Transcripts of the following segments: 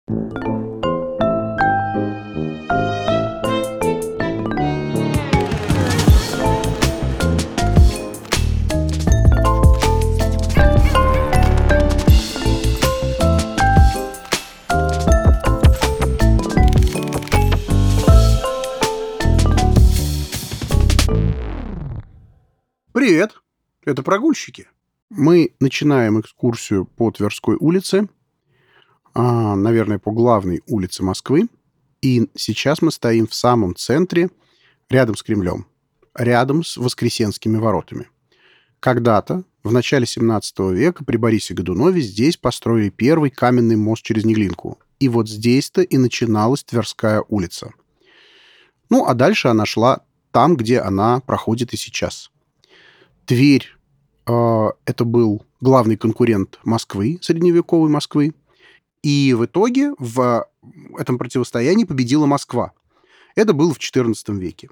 Привет! Это прогульщики. Мы начинаем экскурсию по Тверской улице, наверное, по главной улице Москвы. И сейчас мы стоим в самом центре, рядом с Кремлем, рядом с Воскресенскими воротами. Когда-то, в начале 17 века, при Борисе Годунове здесь построили первый каменный мост через Неглинку. И вот здесь-то и начиналась Тверская улица. Ну, а дальше она шла там, где она проходит и сейчас. Тверь это был главный конкурент Москвы, средневековой Москвы. И в итоге в этом противостоянии победила Москва. Это было в XIV веке.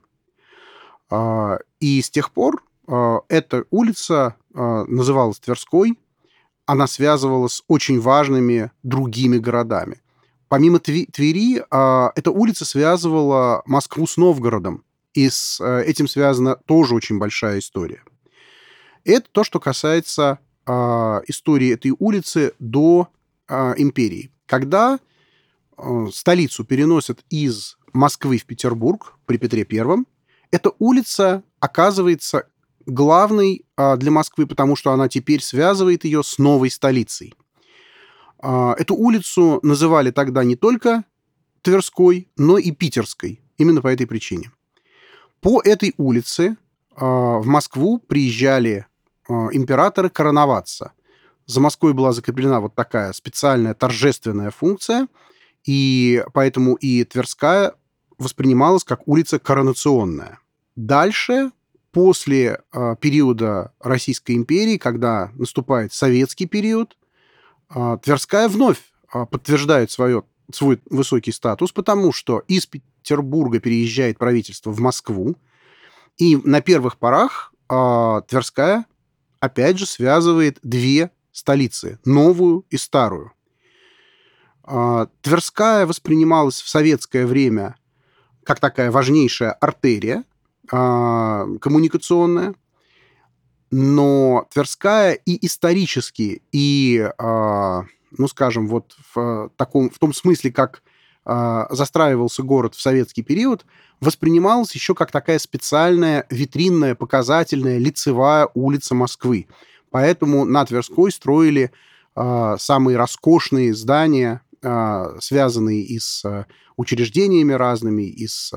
И с тех пор эта улица называлась Тверской. Она связывалась с очень важными другими городами. Помимо Твери, эта улица связывала Москву с Новгородом. И с этим связана тоже очень большая история. Это то, что касается истории этой улицы до империи. Когда столицу переносят из Москвы в Петербург при Петре I, эта улица оказывается главной для Москвы, потому что она теперь связывает ее с новой столицей. Эту улицу называли тогда не только Тверской, но и Питерской. Именно по этой причине. По этой улице в Москву приезжали императоры короноваться. За Москвой была закреплена вот такая специальная торжественная функция, и поэтому и Тверская воспринималась как улица коронационная. Дальше, после периода Российской империи, когда наступает советский период, Тверская вновь подтверждает свой высокий статус, потому что из Петербурга переезжает правительство в Москву, и на первых порах Тверская опять же связывает две столицы, новую и старую. Тверская воспринималась в советское время как такая важнейшая артерия коммуникационная, но Тверская и исторически, и, ну, скажем, вот в том смысле, как застраивался город в советский период, воспринималась еще как такая специальная витринная, показательная, лицевая улица Москвы. Поэтому на Тверской строили самые роскошные здания, связанные и с учреждениями разными, и с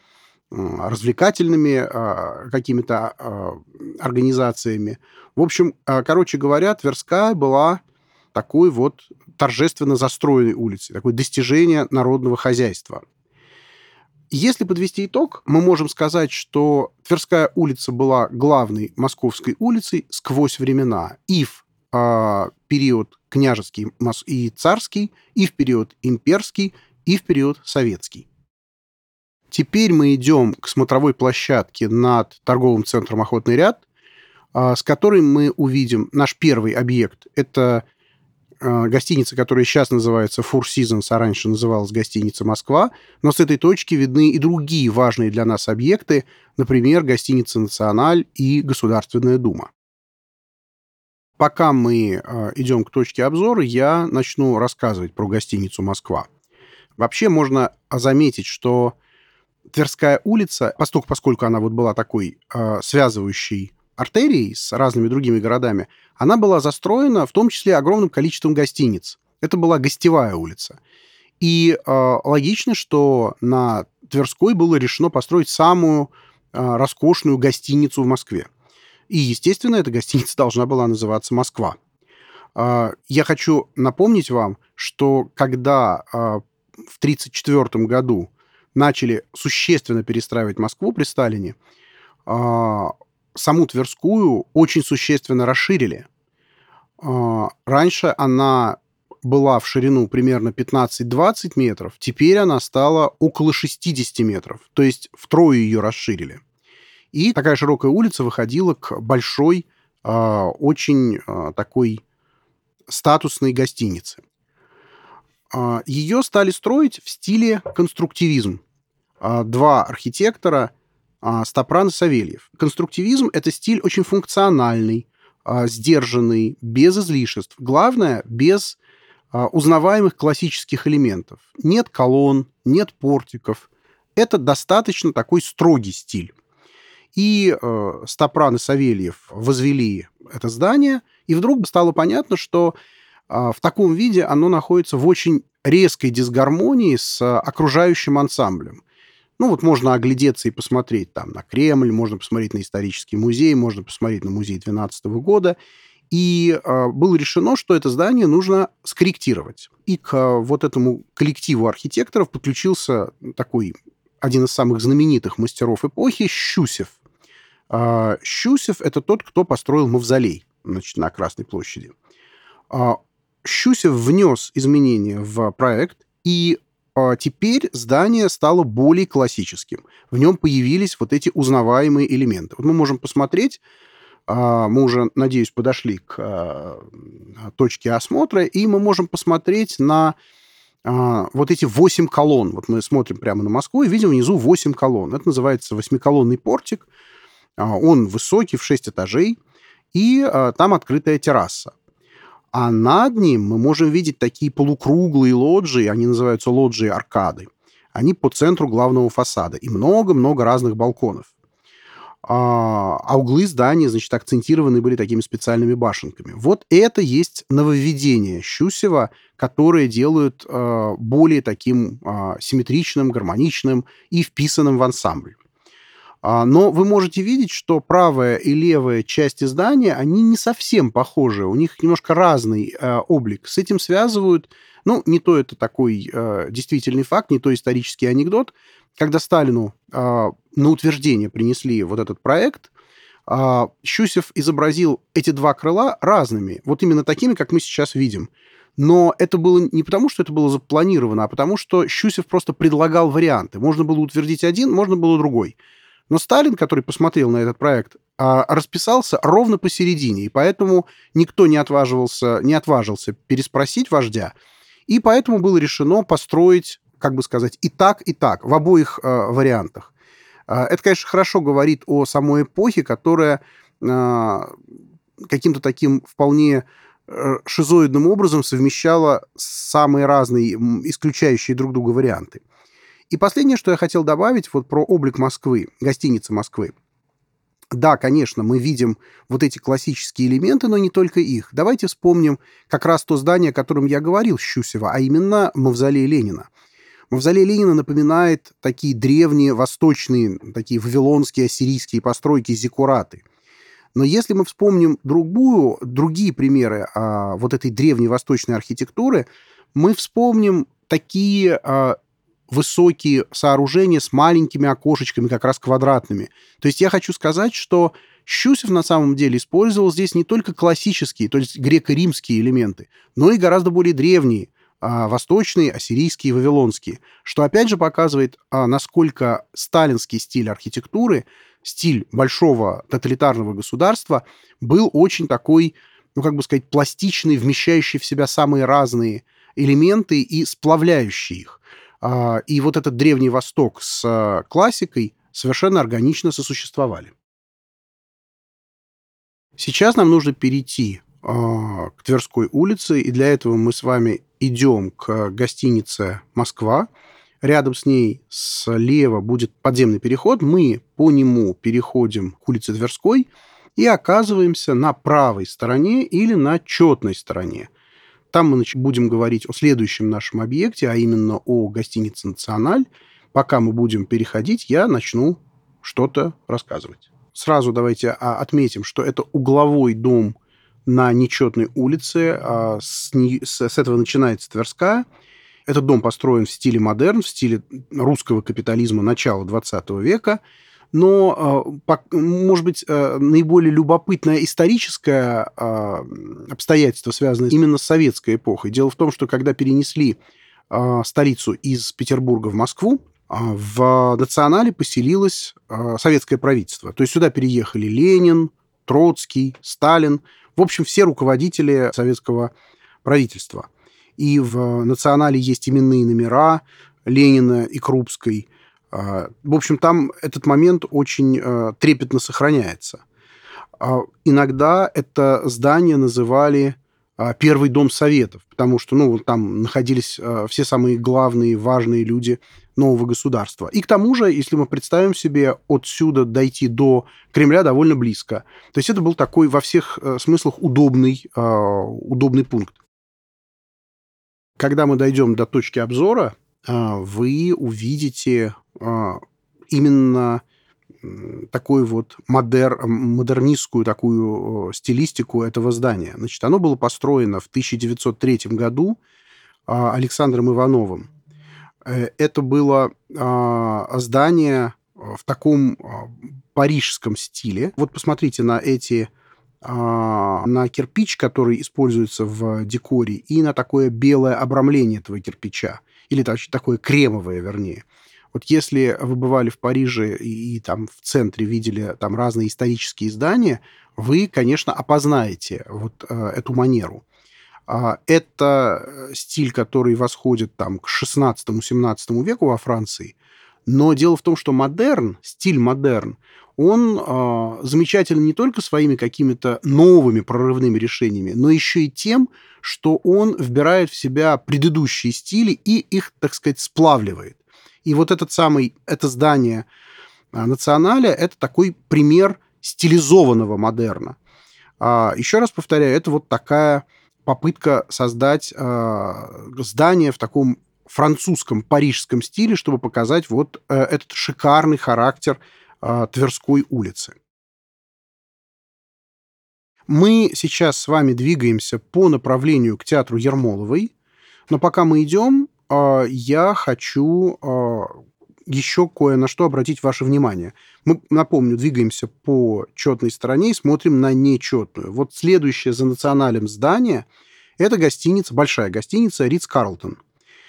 развлекательными какими-то организациями. В общем, короче говоря, Тверская была такой вот торжественно застроенной улицей, такое достижение народного хозяйства. Если подвести итог, мы можем сказать, что Тверская улица была главной московской улицей сквозь времена и в период княжеский и царский, и в период имперский, и в период советский. Теперь мы идем к смотровой площадке над торговым центром «Охотный ряд», с которой мы увидим наш первый объект. Это гостиница, которая сейчас называется Four Seasons, а раньше называлась гостиница «Москва». Но с этой точки видны и другие важные для нас объекты, например, гостиница «Националь» и Государственная Дума. Пока мы идем к точке обзора, я начну рассказывать про гостиницу «Москва». Вообще можно заметить, что Тверская улица, поскольку она вот была такой связывающей артерией с разными другими городами, она была застроена в том числе огромным количеством гостиниц. Это была гостевая улица. И логично, что на Тверской было решено построить самую роскошную гостиницу в Москве. И, естественно, эта гостиница должна была называться «Москва». Я хочу напомнить вам, что когда в 1934 году начали существенно перестраивать Москву при Сталине, саму Тверскую очень существенно расширили. Раньше она была в ширину примерно 15-20 метров, теперь она стала около 60 метров, то есть втрое ее расширили. И такая широкая улица выходила к большой, очень такой статусной гостинице. Ее стали строить в стиле конструктивизм. Два архитектора, Стопран и Савельев. Конструктивизм — это стиль очень функциональный, сдержанный, без излишеств. Главное, без узнаваемых классических элементов. Нет колонн, нет портиков. Это достаточно такой строгий стиль. И Стопран и Савельев возвели это здание, и вдруг стало понятно, что в таком виде оно находится в очень резкой дисгармонии с окружающим ансамблем. Ну, вот можно оглядеться и посмотреть там на Кремль, можно посмотреть на исторический музей, можно посмотреть на музей 12 года. И было решено, что это здание нужно скорректировать. И к вот этому коллективу архитекторов подключился такой один из самых знаменитых мастеров эпохи Щусев. Щусев — это тот, кто построил мавзолей, значит, на Красной площади. Щусев внес изменения в проект, и теперь здание стало более классическим. В нем появились вот эти узнаваемые элементы. Вот мы можем посмотреть, мы уже, надеюсь, подошли к точке осмотра, и мы можем посмотреть на вот эти 8 колонн. Вот мы смотрим прямо на Москву и видим внизу 8 колонн. Это называется восьмиколонный портик. Он высокий, в 6 этажей, и там открытая терраса. А над ним мы можем видеть такие полукруглые лоджии, они называются лоджии-аркады. Они по центру главного фасада, и много-много разных балконов. А углы здания, значит, акцентированы были такими специальными башенками. Вот это есть нововведение Щусева, которые делают более таким симметричным, гармоничным и вписанным в ансамбль. Но вы можете видеть, что правая и левая части здания, они не совсем похожи, у них немножко разный облик. С этим связывают, ну, не то это такой действительный факт, не то исторический анекдот. Когда Сталину на утверждение принесли вот этот проект, Щусев изобразил эти два крыла разными, вот именно такими, как мы сейчас видим. Но это было не потому, что это было запланировано, а потому, что Щусев просто предлагал варианты. Можно было утвердить один, можно было другой. Но Сталин, который посмотрел на этот проект, расписался ровно посередине, и поэтому никто не отважился переспросить вождя, и поэтому было решено построить, как бы сказать, и так, в обоих вариантах. Это, конечно, хорошо говорит о самой эпохе, которая каким-то таким вполне шизоидным образом совмещала самые разные, исключающие друг друга варианты. И последнее, что я хотел добавить вот про облик Москвы, гостиницы Москвы. Да, конечно, мы видим вот эти классические элементы, но не только их. Давайте вспомним как раз то здание, о котором я говорил, Щусева, а именно мавзолей Ленина. Мавзолей Ленина напоминает такие древние, восточные, такие вавилонские, ассирийские постройки, зиккураты. Но если мы вспомним другие примеры вот этой древней восточной архитектуры, мы вспомним такие высокие сооружения с маленькими окошечками, как раз квадратными. То есть я хочу сказать, что Щусев на самом деле использовал здесь не только классические, то есть греко-римские элементы, но и гораздо более древние, восточные, ассирийские, вавилонские, что опять же показывает, насколько сталинский стиль архитектуры, стиль большого тоталитарного государства был очень такой, ну, как бы сказать, пластичный, вмещающий в себя самые разные элементы и сплавляющий их. И вот этот Древний Восток с классикой совершенно органично сосуществовали. Сейчас нам нужно перейти к Тверской улице, и для этого мы с вами идем к гостинице «Москва». Рядом с ней слева будет подземный переход. Мы по нему переходим к улице Тверской и оказываемся на правой стороне или на четной стороне. Там мы будем говорить о следующем нашем объекте, а именно о гостинице «Националь». Пока мы будем переходить, я начну что-то рассказывать. Сразу давайте отметим, что это угловой дом на нечетной улице. С этого начинается Тверская. Этот дом построен в стиле модерн, в стиле русского капитализма начала XX века. Но, может быть, наиболее любопытное историческое обстоятельство, связанное именно с советской эпохой. Дело в том, что когда перенесли столицу из Петербурга в Москву, в Национале поселилось советское правительство. То есть сюда переехали Ленин, Троцкий, Сталин, в общем, все руководители советского правительства. и в «Национале» есть именные номера Ленина и Крупской. В общем, там этот момент очень трепетно сохраняется. Иногда это здание называли «Первый дом Советов», потому что, ну, вот там находились все самые главные, важные люди нового государства. И к тому же, если мы представим себе, отсюда дойти до Кремля довольно близко. То есть это был такой во всех смыслах удобный пункт. Когда мы дойдем до точки обзора, вы увидите именно такую вот модернистскую такую стилистику этого здания. Значит, оно было построено в 1903 году Александром Ивановым. Это было здание в таком парижском стиле. Вот посмотрите на на кирпич, который используется в декоре, и на такое белое обрамление этого кирпича. Или такое кремовое, вернее. Вот если вы бывали в Париже и там в центре видели там разные исторические здания, вы, конечно, опознаете вот эту манеру. Это стиль, который восходит там к 16-17 веку во Франции. Но дело в том, что стиль модерн, он замечателен не только своими какими-то новыми прорывными решениями, но еще и тем, что он вбирает в себя предыдущие стили и их, так сказать, сплавливает. И вот это здание Националя — это такой пример стилизованного модерна. Еще раз повторяю, это вот такая попытка создать здание в таком французском, парижском стиле, чтобы показать вот этот шикарный характер Тверской улицы. Мы сейчас с вами двигаемся по направлению к театру Ермоловой, но пока мы идем, я хочу еще кое на что обратить ваше внимание. Мы, напомню, двигаемся по четной стороне и смотрим на нечетную. Вот следующее за Националем здание – это гостиница, большая гостиница «Ритц-Карлтон».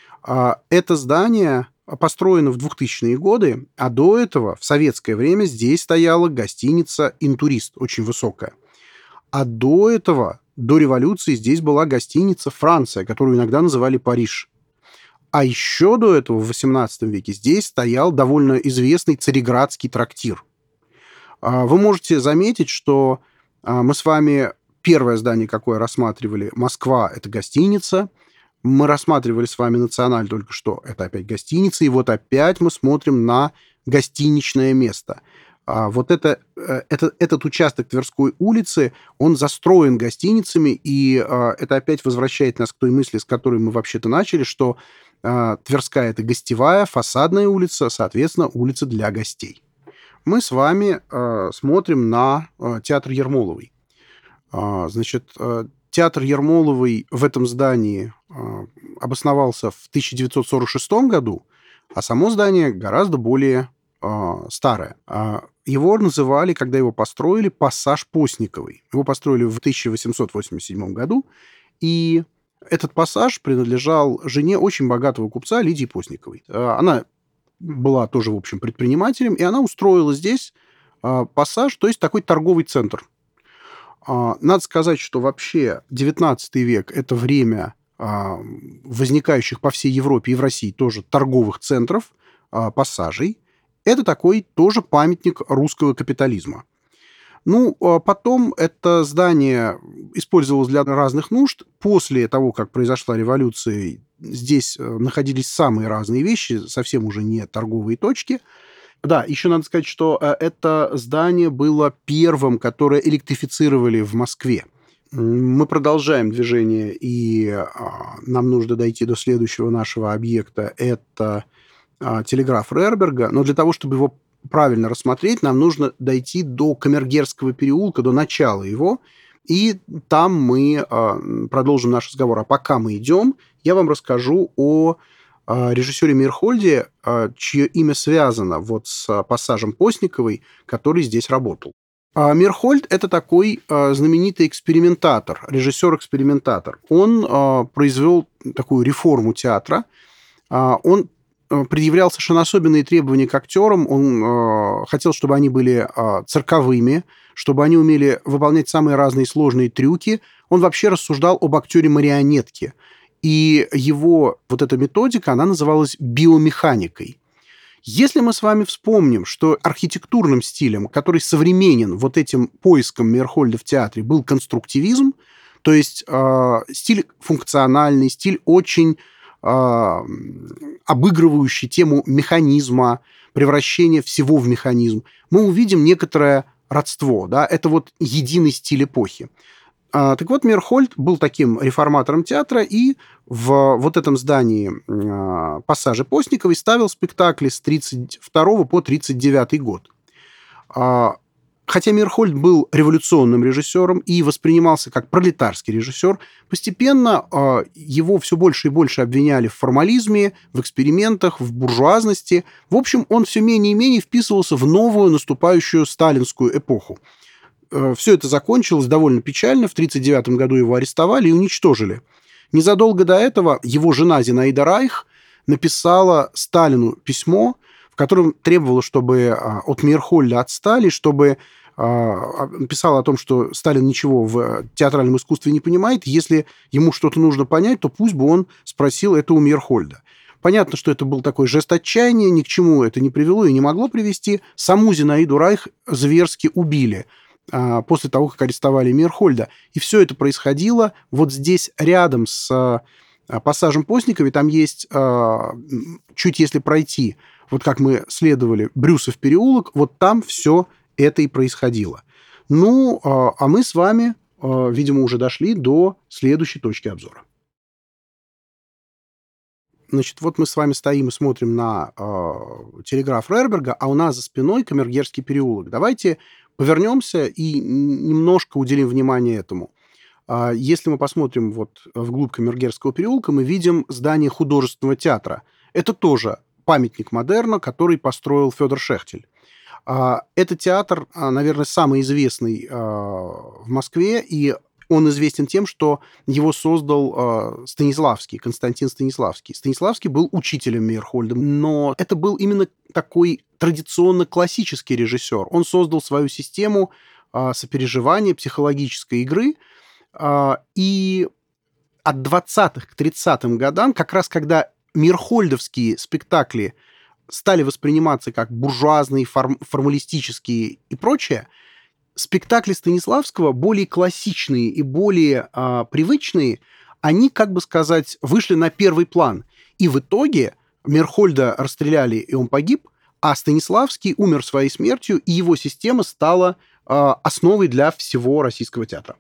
Это здание построено в 2000-е годы, а до этого, в советское время, здесь стояла гостиница «Интурист», очень высокая. А до этого, до революции, здесь была гостиница «Франция», которую иногда называли «Париж». А еще до этого, в XVIII веке, здесь стоял довольно известный Цареградский трактир. Вы можете заметить, что мы с вами первое здание, какое рассматривали, Москва, это гостиница. Мы рассматривали с вами Националь только что, это опять гостиница. И вот опять мы смотрим на гостиничное место. Вот этот участок Тверской улицы, он застроен гостиницами, и это опять возвращает нас к той мысли, с которой мы вообще-то начали, что Тверская — это гостевая, фасадная улица, соответственно, улица для гостей. Мы с вами смотрим на театр Ермоловой. Значит, театр Ермоловой в этом здании обосновался в 1946 году, а само здание гораздо более старое. Его называли, когда его построили, «Пассаж Постниковой». Его построили в 1887 году, и этот пассаж принадлежал жене очень богатого купца Лидии Постниковой. Она была тоже, в общем, предпринимателем, и она устроила здесь пассаж, то есть такой торговый центр. Надо сказать, что вообще XIX век – это время возникающих по всей Европе и в России тоже торговых центров, пассажей. Это такой тоже памятник русского капитализма. Ну, потом это здание использовалось для разных нужд. После того, как произошла революция, здесь находились самые разные вещи, совсем уже не торговые точки. Да, еще надо сказать, что это здание было первым, которое электрифицировали в Москве. Мы продолжаем движение, и нам нужно дойти до следующего нашего объекта. Это телеграф Рерберга. Но для того, чтобы его правильно рассмотреть, нам нужно дойти до Камергерского переулка, до начала его, и там мы продолжим наш разговор. А пока мы идем, я вам расскажу о режиссере Мейрхольде, чье имя связано вот с пассажем Постниковой, который здесь работал. Мейрхольд – это такой знаменитый экспериментатор, режиссер-экспериментатор. Он произвел такую реформу театра. Он предъявлял совершенно особенные требования к актерам. Он хотел, чтобы они были цирковыми, чтобы они умели выполнять самые разные сложные трюки. Он вообще рассуждал об актере-марионетке. И его вот эта методика, она называлась биомеханикой. Если мы с вами вспомним, что архитектурным стилем, который современен вот этим поиском Мейерхольда в театре, был конструктивизм, то есть стиль функциональный, стиль очень обыгрывающий тему механизма, превращения всего в механизм, мы увидим некоторое родство. Да? Это вот единый стиль эпохи. Так вот, Мейерхольд был таким реформатором театра и в вот этом здании «Пассажи Постниковой» ставил спектакли с 1932 по 1939 год. Хотя Мейерхольд был революционным режиссером и воспринимался как пролетарский режиссер, постепенно его все больше и больше обвиняли в формализме, в экспериментах, в буржуазности. В общем, он все менее и менее вписывался в новую наступающую сталинскую эпоху. Все это закончилось довольно печально. В 1939 году его арестовали и уничтожили. Незадолго до этого его жена Зинаида Райх написала Сталину письмо, в котором требовала, чтобы от Мейерхольда отстали, чтобы писала о том, что Сталин ничего в театральном искусстве не понимает. Если ему что-то нужно понять, то пусть бы он спросил это у Мейерхольда. Понятно, что это был такой жест отчаяния, ни к чему это не привело и не могло привести. Саму Зинаиду Райх зверски убили после того, как арестовали Мейерхольда. И все это происходило вот здесь, рядом с «Пассажем Постниковой». Там есть, чуть если пройти, вот как мы следовали, Брюсов переулок, вот там все это и происходило. Ну, а мы с вами, видимо, уже дошли до следующей точки обзора. Значит, вот мы с вами стоим и смотрим на телеграф Рерберга, а у нас за спиной Камергерский переулок. Давайте повернемся и немножко уделим внимание этому. Если мы посмотрим вот вглубь Камергерского переулка, мы видим здание художественного театра. Это тоже памятник модерна, который построил Федор Шехтель. Это театр, наверное, самый известный в Москве, и он известен тем, что его создал Станиславский, Константин Станиславский. Станиславский был учителем Мейерхольда, но это был именно такой традиционно классический режиссер. Он создал свою систему сопереживания, психологической игры, и от 20-х к 30-м годам, как раз когда мейерхольдовские спектакли стали восприниматься как буржуазные, формалистические и прочее, спектакли Станиславского, более классичные и более привычные, они, как бы сказать, вышли на первый план. И в итоге Мейерхольда расстреляли, и он погиб, а Станиславский умер своей смертью, и его система стала основой для всего российского театра.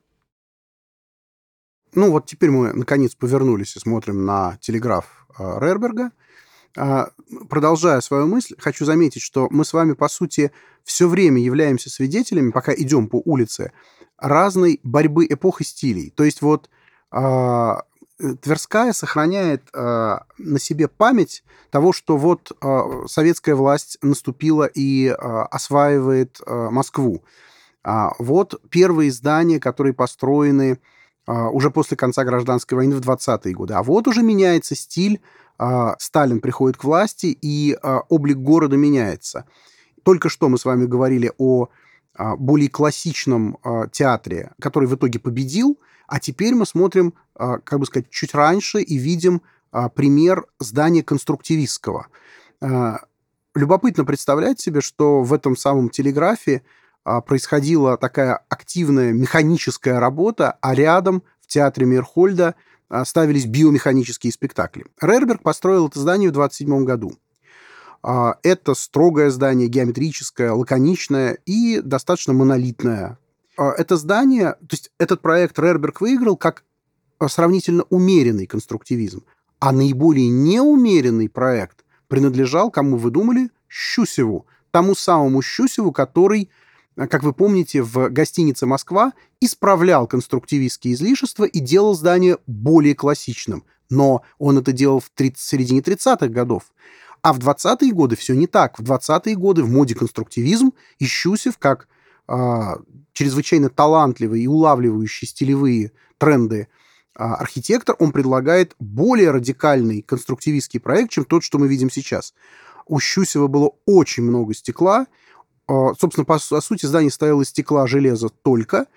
Ну вот теперь мы, наконец, повернулись и смотрим на телеграф Рерберга. Продолжая свою мысль, хочу заметить, что мы с вами, по сути, все время являемся свидетелями, пока идем по улице, разной борьбы эпох и стилей. То есть вот Тверская сохраняет на себе память того, что вот советская власть наступила и осваивает Москву. Вот первые здания, которые построены уже после конца гражданской войны в 20-е годы. А вот уже меняется стиль, Сталин приходит к власти, и облик города меняется. Только что мы с вами говорили о более классичном театре, который в итоге победил, а теперь мы смотрим, как бы сказать, чуть раньше и видим пример здания конструктивистского. Любопытно представлять себе, что в этом самом телеграфе происходила такая активная механическая работа, а рядом в театре Мейерхольда ставились биомеханические спектакли. Рерберг построил это здание в 1927 году. Это строгое здание, геометрическое, лаконичное и достаточно монолитное. Это здание, то есть этот проект Рерберг выиграл как сравнительно умеренный конструктивизм, а наиболее неумеренный проект принадлежал, кому вы думали, Щусеву, тому самому Щусеву, который, как вы помните, в гостинице «Москва» исправлял конструктивистские излишества и делал здание более классичным. Но он это делал в середине 30-х годов. А в 20-е годы все не так. В 20-е годы в моде конструктивизм, и Щусев, как чрезвычайно талантливый и улавливающий стилевые тренды архитектор, он предлагает более радикальный конструктивистский проект, чем тот, что мы видим сейчас. У Щусева было очень много стекла. Собственно, по сути, здание стояло из стекла, железа только.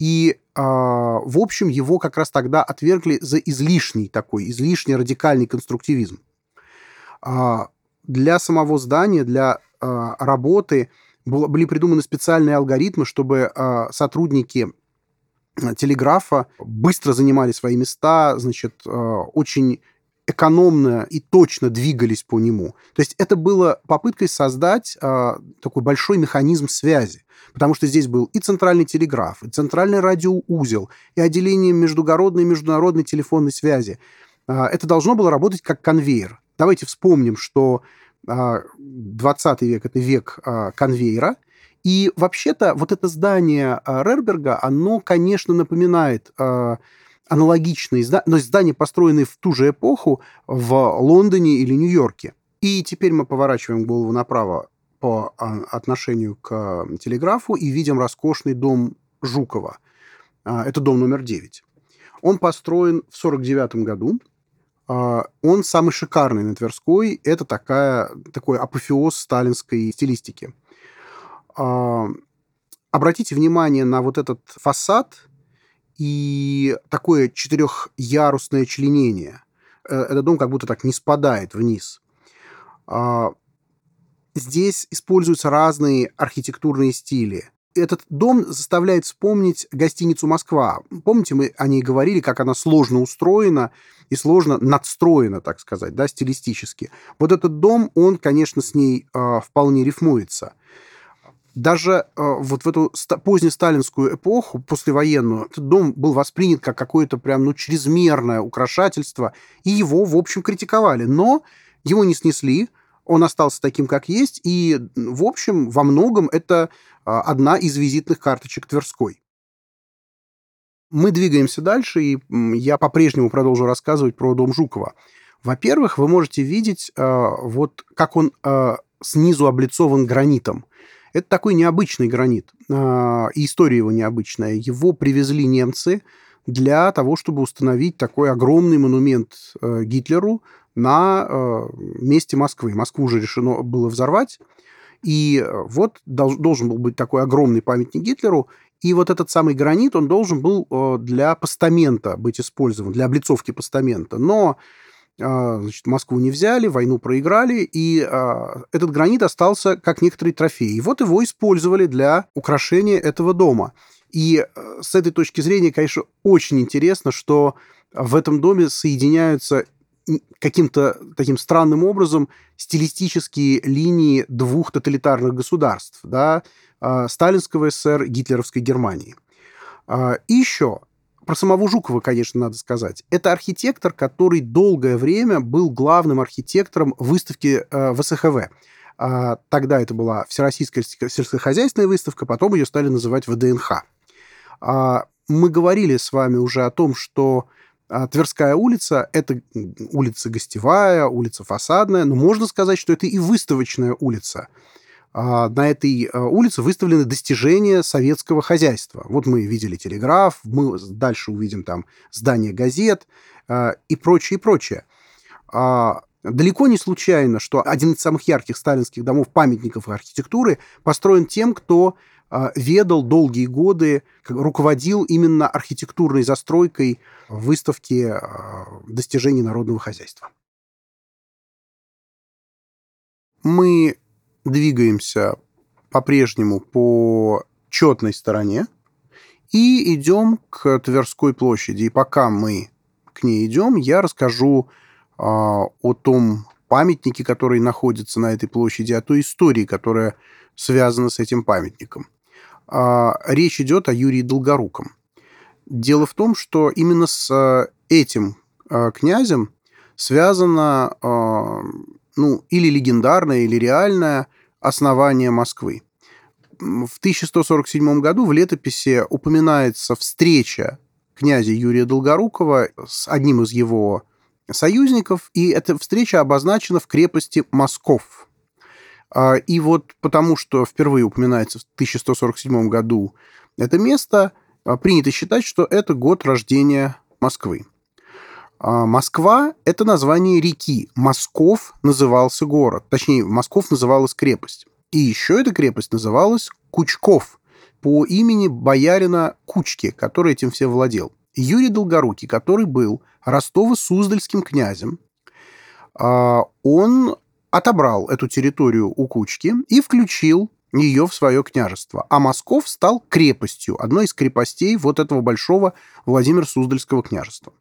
И, в общем, его как раз тогда отвергли за излишний радикальный конструктивизм. Для самого здания, для работы были придуманы специальные алгоритмы, чтобы сотрудники телеграфа быстро занимали свои места, значит, очень экономно и точно двигались по нему. То есть это было попыткой создать такой большой механизм связи, потому что здесь был и центральный телеграф, и центральный радиоузел, и отделение междугородной и международной телефонной связи. Это должно было работать как конвейер. Давайте вспомним, что 20 век — это век конвейера, и вообще-то вот это здание Рерберга, оно, конечно, напоминает аналогичные но здания, построенные в ту же эпоху в Лондоне или Нью-Йорке. И теперь мы поворачиваем голову направо по отношению к телеграфу и видим роскошный дом Жукова. Это дом номер 9. Он построен в 1949 году. Он самый шикарный на Тверской. Это такой апофеоз сталинской стилистики. Обратите внимание на вот этот фасад и такое четырехъярусное членение. Этот дом как будто так не спадает вниз. Здесь используются разные архитектурные стили. Этот дом заставляет вспомнить гостиницу «Москва». Помните, мы о ней говорили, как она сложно устроена и сложно надстроена, так сказать, да, стилистически. Вот этот дом, он, конечно, с ней вполне рифмуется. Даже вот в эту позднесталинскую эпоху, послевоенную, этот дом был воспринят как какое-то прям, чрезмерное украшательство, и его, в общем, критиковали. Но его не снесли, он остался таким, как есть, и, в общем, во многом это одна из визитных карточек Тверской. Мы двигаемся дальше, и я по-прежнему продолжу рассказывать про дом Жукова. Во-первых, вы можете видеть, вот как он снизу облицован гранитом. Это такой необычный гранит, и история его необычная. Его привезли немцы для того, чтобы установить такой огромный монумент Гитлеру на месте Москвы. Москву уже решено было взорвать, и вот должен был быть такой огромный памятник Гитлеру, и вот этот самый гранит, он должен был для постамента быть использован, для облицовки постамента. Но значит, Москву не взяли, войну проиграли, и этот гранит остался как некоторый трофей. И вот его использовали для украшения этого дома. И с этой точки зрения, конечно, очень интересно, что в этом доме соединяются каким-то таким странным образом стилистические линии двух тоталитарных государств, да, сталинского СССР, гитлеровской Германии. И еще про самого Жукова, конечно, надо сказать. Это архитектор, который долгое время был главным архитектором выставки ВСХВ. Тогда это была Всероссийская сельскохозяйственная выставка, потом ее стали называть ВДНХ. Мы говорили с вами уже о том, что Тверская улица – это улица гостевая, улица фасадная, но можно сказать, что это и выставочная улица. На этой улице выставлены достижения советского хозяйства. Вот мы видели телеграф, мы дальше увидим там здание газет и прочее, и прочее. Далеко не случайно, что один из самых ярких сталинских домов, памятников архитектуры, построен тем, кто ведал долгие годы, руководил именно архитектурной застройкой выставки достижений народного хозяйства. Мы двигаемся по-прежнему по Четной стороне и идем к Тверской площади. И пока мы к ней идем, я расскажу о том памятнике, который находится на этой площади, о той истории, которая связана с этим памятником. Речь идет о Юрии Долгоруком. Дело в том, что именно с этим князем связано или легендарное, или реальное основание Москвы. В 1147 году в летописи упоминается встреча князя Юрия Долгорукова с одним из его союзников, и эта встреча обозначена в крепости Москов. И вот потому, что впервые упоминается в 1147 году это место, принято считать, что это год рождения Москвы. Москва – это название реки. Москов назывался город. Точнее, Москов называлась крепость. И еще эта крепость называлась Кучков. по имени боярина Кучки, который этим всем владел. Юрий Долгорукий, который был Ростово-Суздальским князем, он отобрал эту территорию у Кучки и включил ее в свое княжество. А Москов стал крепостью, одной из крепостей вот этого большого Владимир-Суздальского княжества.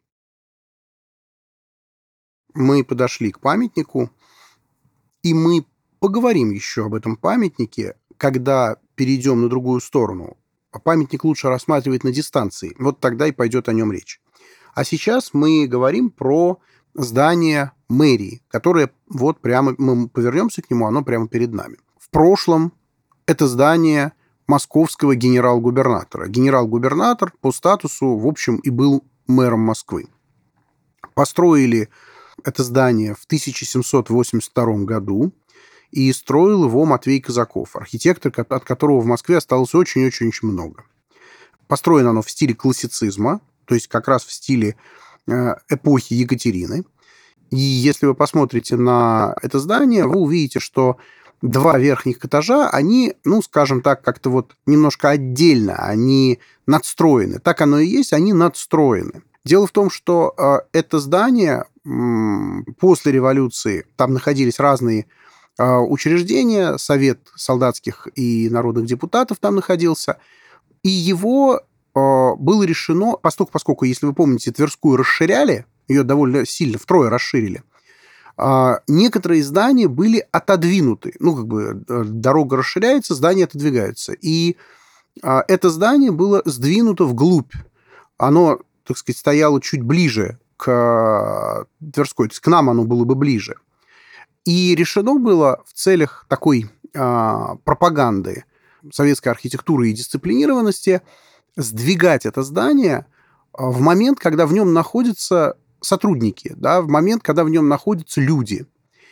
Мы подошли к памятнику, и мы поговорим еще об этом памятнике, когда перейдем на другую сторону. Памятник лучше рассматривать на дистанции. Вот тогда и пойдет о нем речь. А сейчас мы говорим про здание мэрии, которое вот прямо, мы повернемся к нему, оно прямо перед нами. В прошлом это здание московского генерал-губернатора. Генерал-губернатор по статусу, в общем, и был мэром Москвы. Построили это здание в 1782 году, и строил его Матвей Казаков, архитектор, от которого в Москве осталось очень-очень-очень много. Построено оно в стиле классицизма, то есть как раз в стиле эпохи Екатерины. И если вы посмотрите на это здание, вы увидите, что два верхних этажа, они, ну, скажем так, как-то вот немножко отдельно, они надстроены. Так оно и есть, они надстроены. Дело в том, что это здание после революции, там находились разные учреждения, Совет солдатских и народных депутатов там находился, и его было решено, поскольку, если вы помните, Тверскую расширяли, ее довольно сильно, втрое расширили, некоторые здания были отодвинуты. Ну, как бы дорога расширяется, здания отодвигаются. И это здание было сдвинуто вглубь. Оно, так сказать, стояло чуть ближе к Тверской, то есть к нам оно было бы ближе. И решено было в целях такой пропаганды советской архитектуры и дисциплинированности сдвигать это здание в момент, когда в нем находятся сотрудники, да, в момент, когда в нем находятся люди.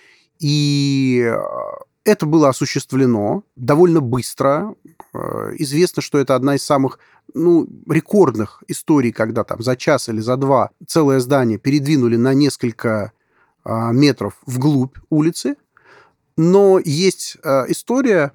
И это было осуществлено довольно быстро. Известно, что это одна из самых рекордных историй, когда там за час или за два целое здание передвинули на несколько метров вглубь улицы. Но есть история,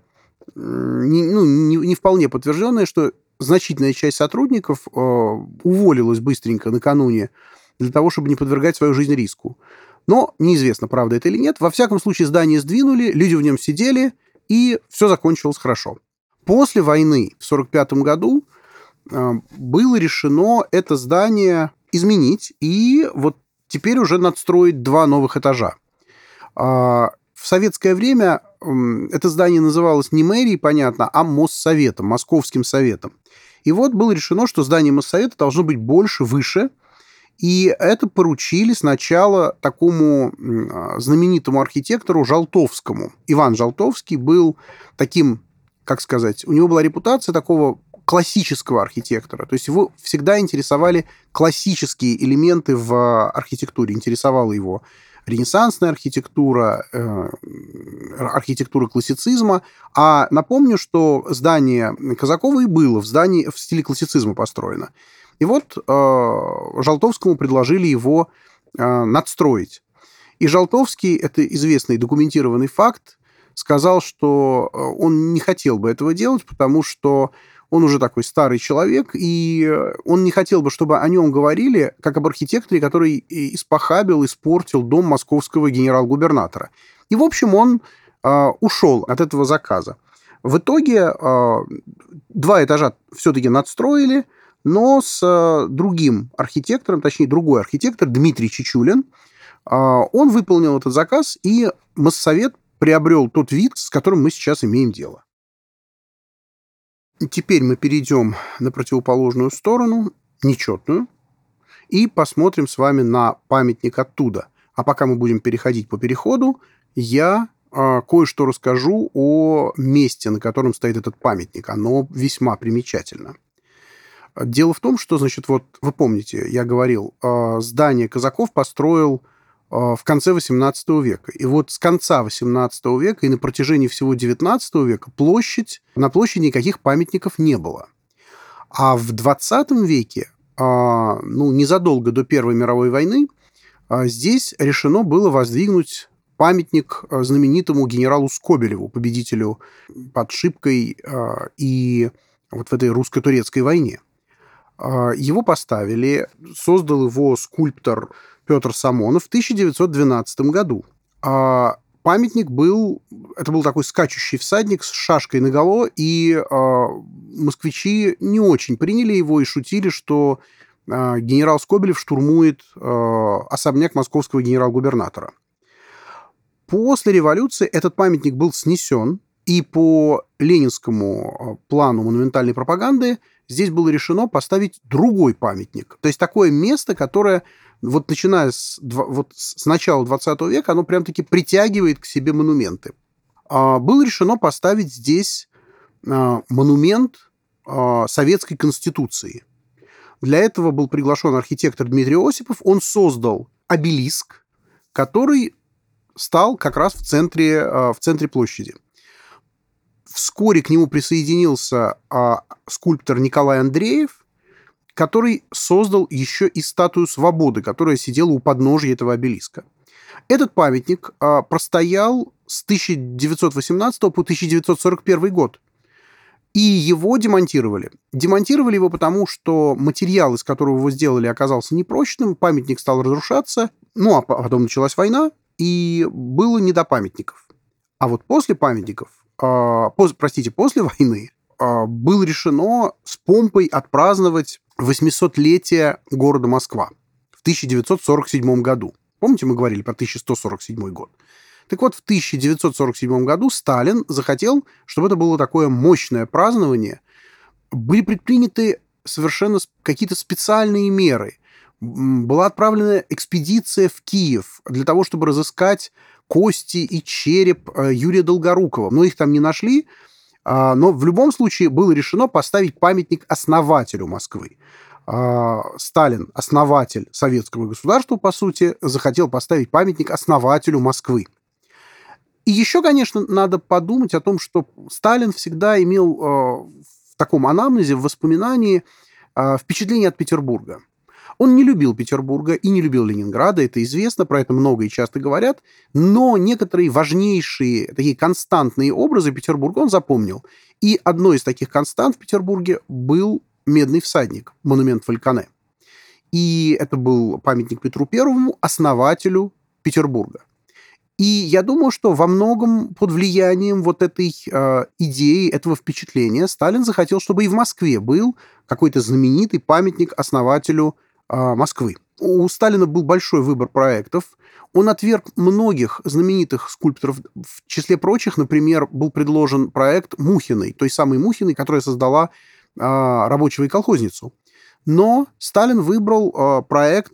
не вполне подтвержденная, что значительная часть сотрудников уволилась быстренько накануне для того, чтобы не подвергать свою жизнь риску. Но неизвестно, правда это или нет. Во всяком случае, здание сдвинули, люди в нем сидели, и все закончилось хорошо. После войны в 1945 году было решено это здание изменить и вот теперь уже надстроить два новых этажа. В советское время это здание называлось не мэрией, понятно, а Моссоветом, Московским советом. И вот было решено, что здание Моссовета должно быть больше, выше, и это поручили сначала такому знаменитому архитектору Жолтовскому. Иван Жолтовский был таким, как сказать, у него была репутация такого классического архитектора. То есть его всегда интересовали классические элементы в архитектуре. Интересовала его ренессансная архитектура, архитектура классицизма. А напомню, что здание Казакова и было в стиле классицизма построено. И вот Жолтовскому предложили его надстроить. И Жолтовский, это известный документированный факт, сказал, что он не хотел бы этого делать, потому что он уже такой старый человек, и он не хотел бы, чтобы о нем говорили, как об архитекторе, который испохабил, испортил дом московского генерал-губернатора. И, в общем, он ушел от этого заказа. В итоге два этажа все-таки надстроили, но с другим архитектором, точнее, другой архитектор, Дмитрий Чичулин, он выполнил этот заказ, и Моссовет приобрел тот вид, с которым мы сейчас имеем дело. Теперь мы перейдем на противоположную сторону, нечетную, и посмотрим с вами на памятник оттуда. А пока мы будем переходить по переходу, я кое-что расскажу о месте, на котором стоит этот памятник. Оно весьма примечательно. Дело в том, что, значит, вот вы помните, я говорил, здание Казаков построил в конце XVIII века. И вот с конца XVIII века и на протяжении всего XIX века на площади никаких памятников не было. А в XX веке, незадолго до Первой мировой войны, здесь решено было воздвигнуть памятник знаменитому генералу Скобелеву, победителю под Шипкой и вот в этой русско-турецкой войне. Его поставили, создал его скульптор Петр Самонов в 1912 году. Памятник был, это был такой скачущий всадник с шашкой наголо, и москвичи не очень приняли его и шутили, что генерал Скобелев штурмует особняк московского генерал-губернатора. После революции этот памятник был снесен, и по ленинскому плану монументальной пропаганды здесь было решено поставить другой памятник. То есть такое место, которое, вот начиная с начала 20 века, оно прям-таки притягивает к себе монументы. Было решено поставить здесь монумент Советской Конституции. Для этого был приглашен архитектор Дмитрий Осипов. Он создал обелиск, который стал как раз в центре площади. Вскоре к нему присоединился скульптор Николай Андреев, который создал еще и статую Свободы, которая сидела у подножия этого обелиска. Этот памятник простоял с 1918 по 1941 год. И его демонтировали. Демонтировали его потому, что материал, из которого его сделали, оказался непрочным, памятник стал разрушаться, а потом началась война, и было не до памятников. А вот после памятников, после войны, было решено с помпой отпраздновать 800-летие города Москва в 1947 году. Помните, мы говорили про 1147 год? Так вот, в 1947 году Сталин захотел, чтобы это было такое мощное празднование. Были предприняты совершенно какие-то специальные меры. Была отправлена экспедиция в Киев для того, чтобы разыскать кости и череп Юрия Долгорукова. Но их там не нашли. Но в любом случае было решено поставить памятник основателю Москвы. Сталин, основатель советского государства, по сути, захотел поставить памятник основателю Москвы. И еще, конечно, надо подумать о том, что Сталин всегда имел в таком анамнезе, в воспоминании впечатление от Петербурга. Он не любил Петербурга и не любил Ленинграда, это известно, про это много и часто говорят, но некоторые важнейшие, такие константные образы Петербурга он запомнил. И одной из таких констант в Петербурге был «Медный всадник», монумент Фальконе. И это был памятник Петру Первому, основателю Петербурга. И я думаю, что во многом под влиянием вот этой идеи, этого впечатления Сталин захотел, чтобы и в Москве был какой-то знаменитый памятник основателю Москвы. У Сталина был большой выбор проектов. Он отверг многих знаменитых скульпторов. В числе прочих, например, был предложен проект Мухиной, той самой Мухиной, которая создала рабочего и колхозницу. Но Сталин выбрал проект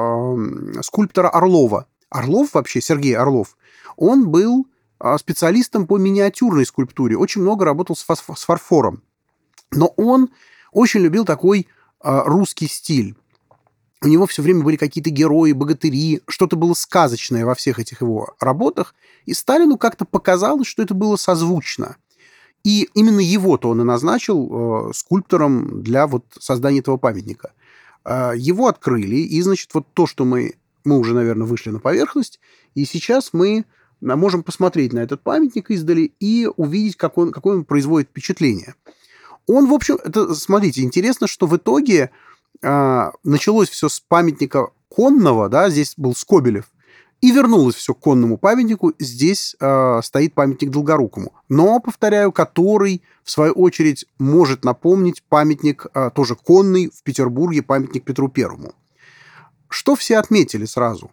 скульптора Орлова. Орлов вообще, Сергей Орлов, он был специалистом по миниатюрной скульптуре, очень много работал с фарфором. Но он очень любил такой русский стиль. У него все время были какие-то герои, богатыри, что-то было сказочное во всех этих его работах, и Сталину как-то показалось, что это было созвучно. И именно его-то он и назначил скульптором для вот создания этого памятника. Его открыли, и, значит, вот то, что мы уже, наверное, вышли на поверхность, и сейчас мы можем посмотреть на этот памятник издали и увидеть, какое он производит впечатление. Он, в общем, смотрите, интересно, что в итоге началось все с памятника конного, да, здесь был Скобелев, и вернулось все к конному памятнику, здесь стоит памятник Долгорукому. Но, повторяю, который, в свою очередь, может напомнить памятник тоже конный в Петербурге, памятник Петру Первому. Что все отметили сразу?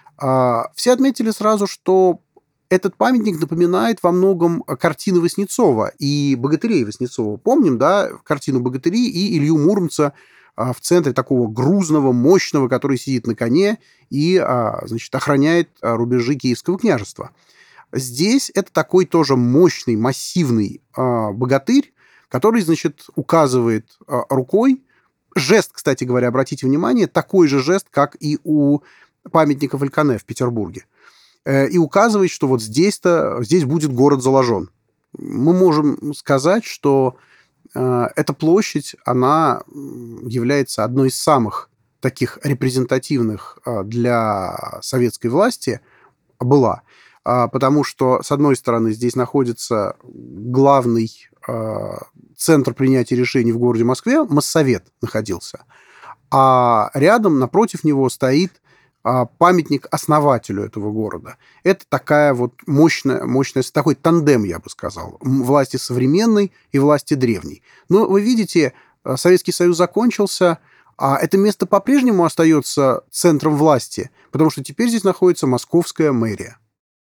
Все отметили сразу, что этот памятник напоминает во многом картины Васнецова и богатырей Васнецова. Помним, да, картину «Богатыри» и Илью Муромца в центре такого грузного, мощного, который сидит на коне и, значит, охраняет рубежи Киевского княжества. Здесь это такой тоже мощный, массивный богатырь, который, значит, указывает рукой. Жест, кстати говоря, обратите внимание, такой же жест, как и у памятника Фальконе в Петербурге. И указывает, что вот здесь будет город заложен. Мы можем сказать, что эта площадь, она является одной из самых таких репрезентативных для советской власти была, потому что, с одной стороны, здесь находится главный центр принятия решений в городе Москве, Моссовет находился. А рядом, напротив него, стоит памятник основателю этого города. Это такая вот мощная, такой тандем, я бы сказал, власти современной и власти древней. Но вы видите, Советский Союз закончился, а это место по-прежнему остается центром власти, потому что теперь здесь находится московская мэрия.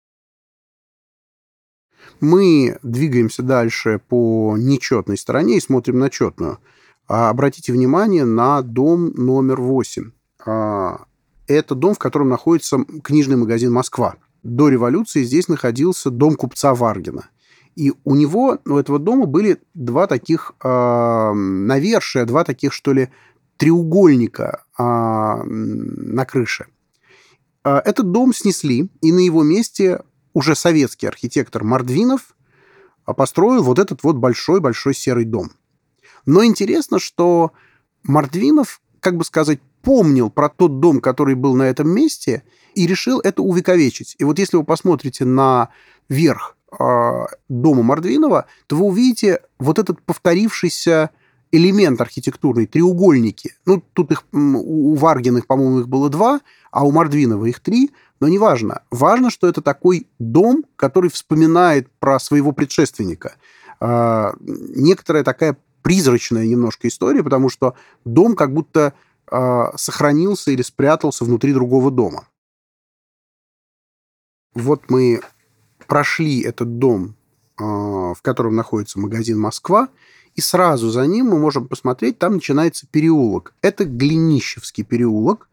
Мы двигаемся дальше по нечетной стороне и смотрим на четную. Обратите внимание на дом номер 8. Это дом, в котором находится книжный магазин «Москва». До революции здесь находился дом купца Варгина. И у него, у этого дома были два таких навершия, два таких, что ли, треугольника на крыше. Этот дом снесли, и на его месте уже советский архитектор Мордвинов построил вот этот вот большой-большой серый дом. Но интересно, что Мордвинов, как бы сказать, помнил про тот дом, который был на этом месте, и решил это увековечить. И вот если вы посмотрите на верх дома Мордвинова, то вы увидите вот этот повторившийся элемент архитектурный, треугольники. Ну, тут их у Варгиных, по-моему, их было 2, а у Мордвинова их 3, но неважно. Важно, что это такой дом, который вспоминает про своего предшественника. Некоторая такая призрачная немножко история, потому что дом как будто сохранился или спрятался внутри другого дома. Вот мы прошли этот дом, в котором находится магазин «Москва», и сразу за ним мы можем посмотреть, там начинается переулок. Это Глинищевский переулок.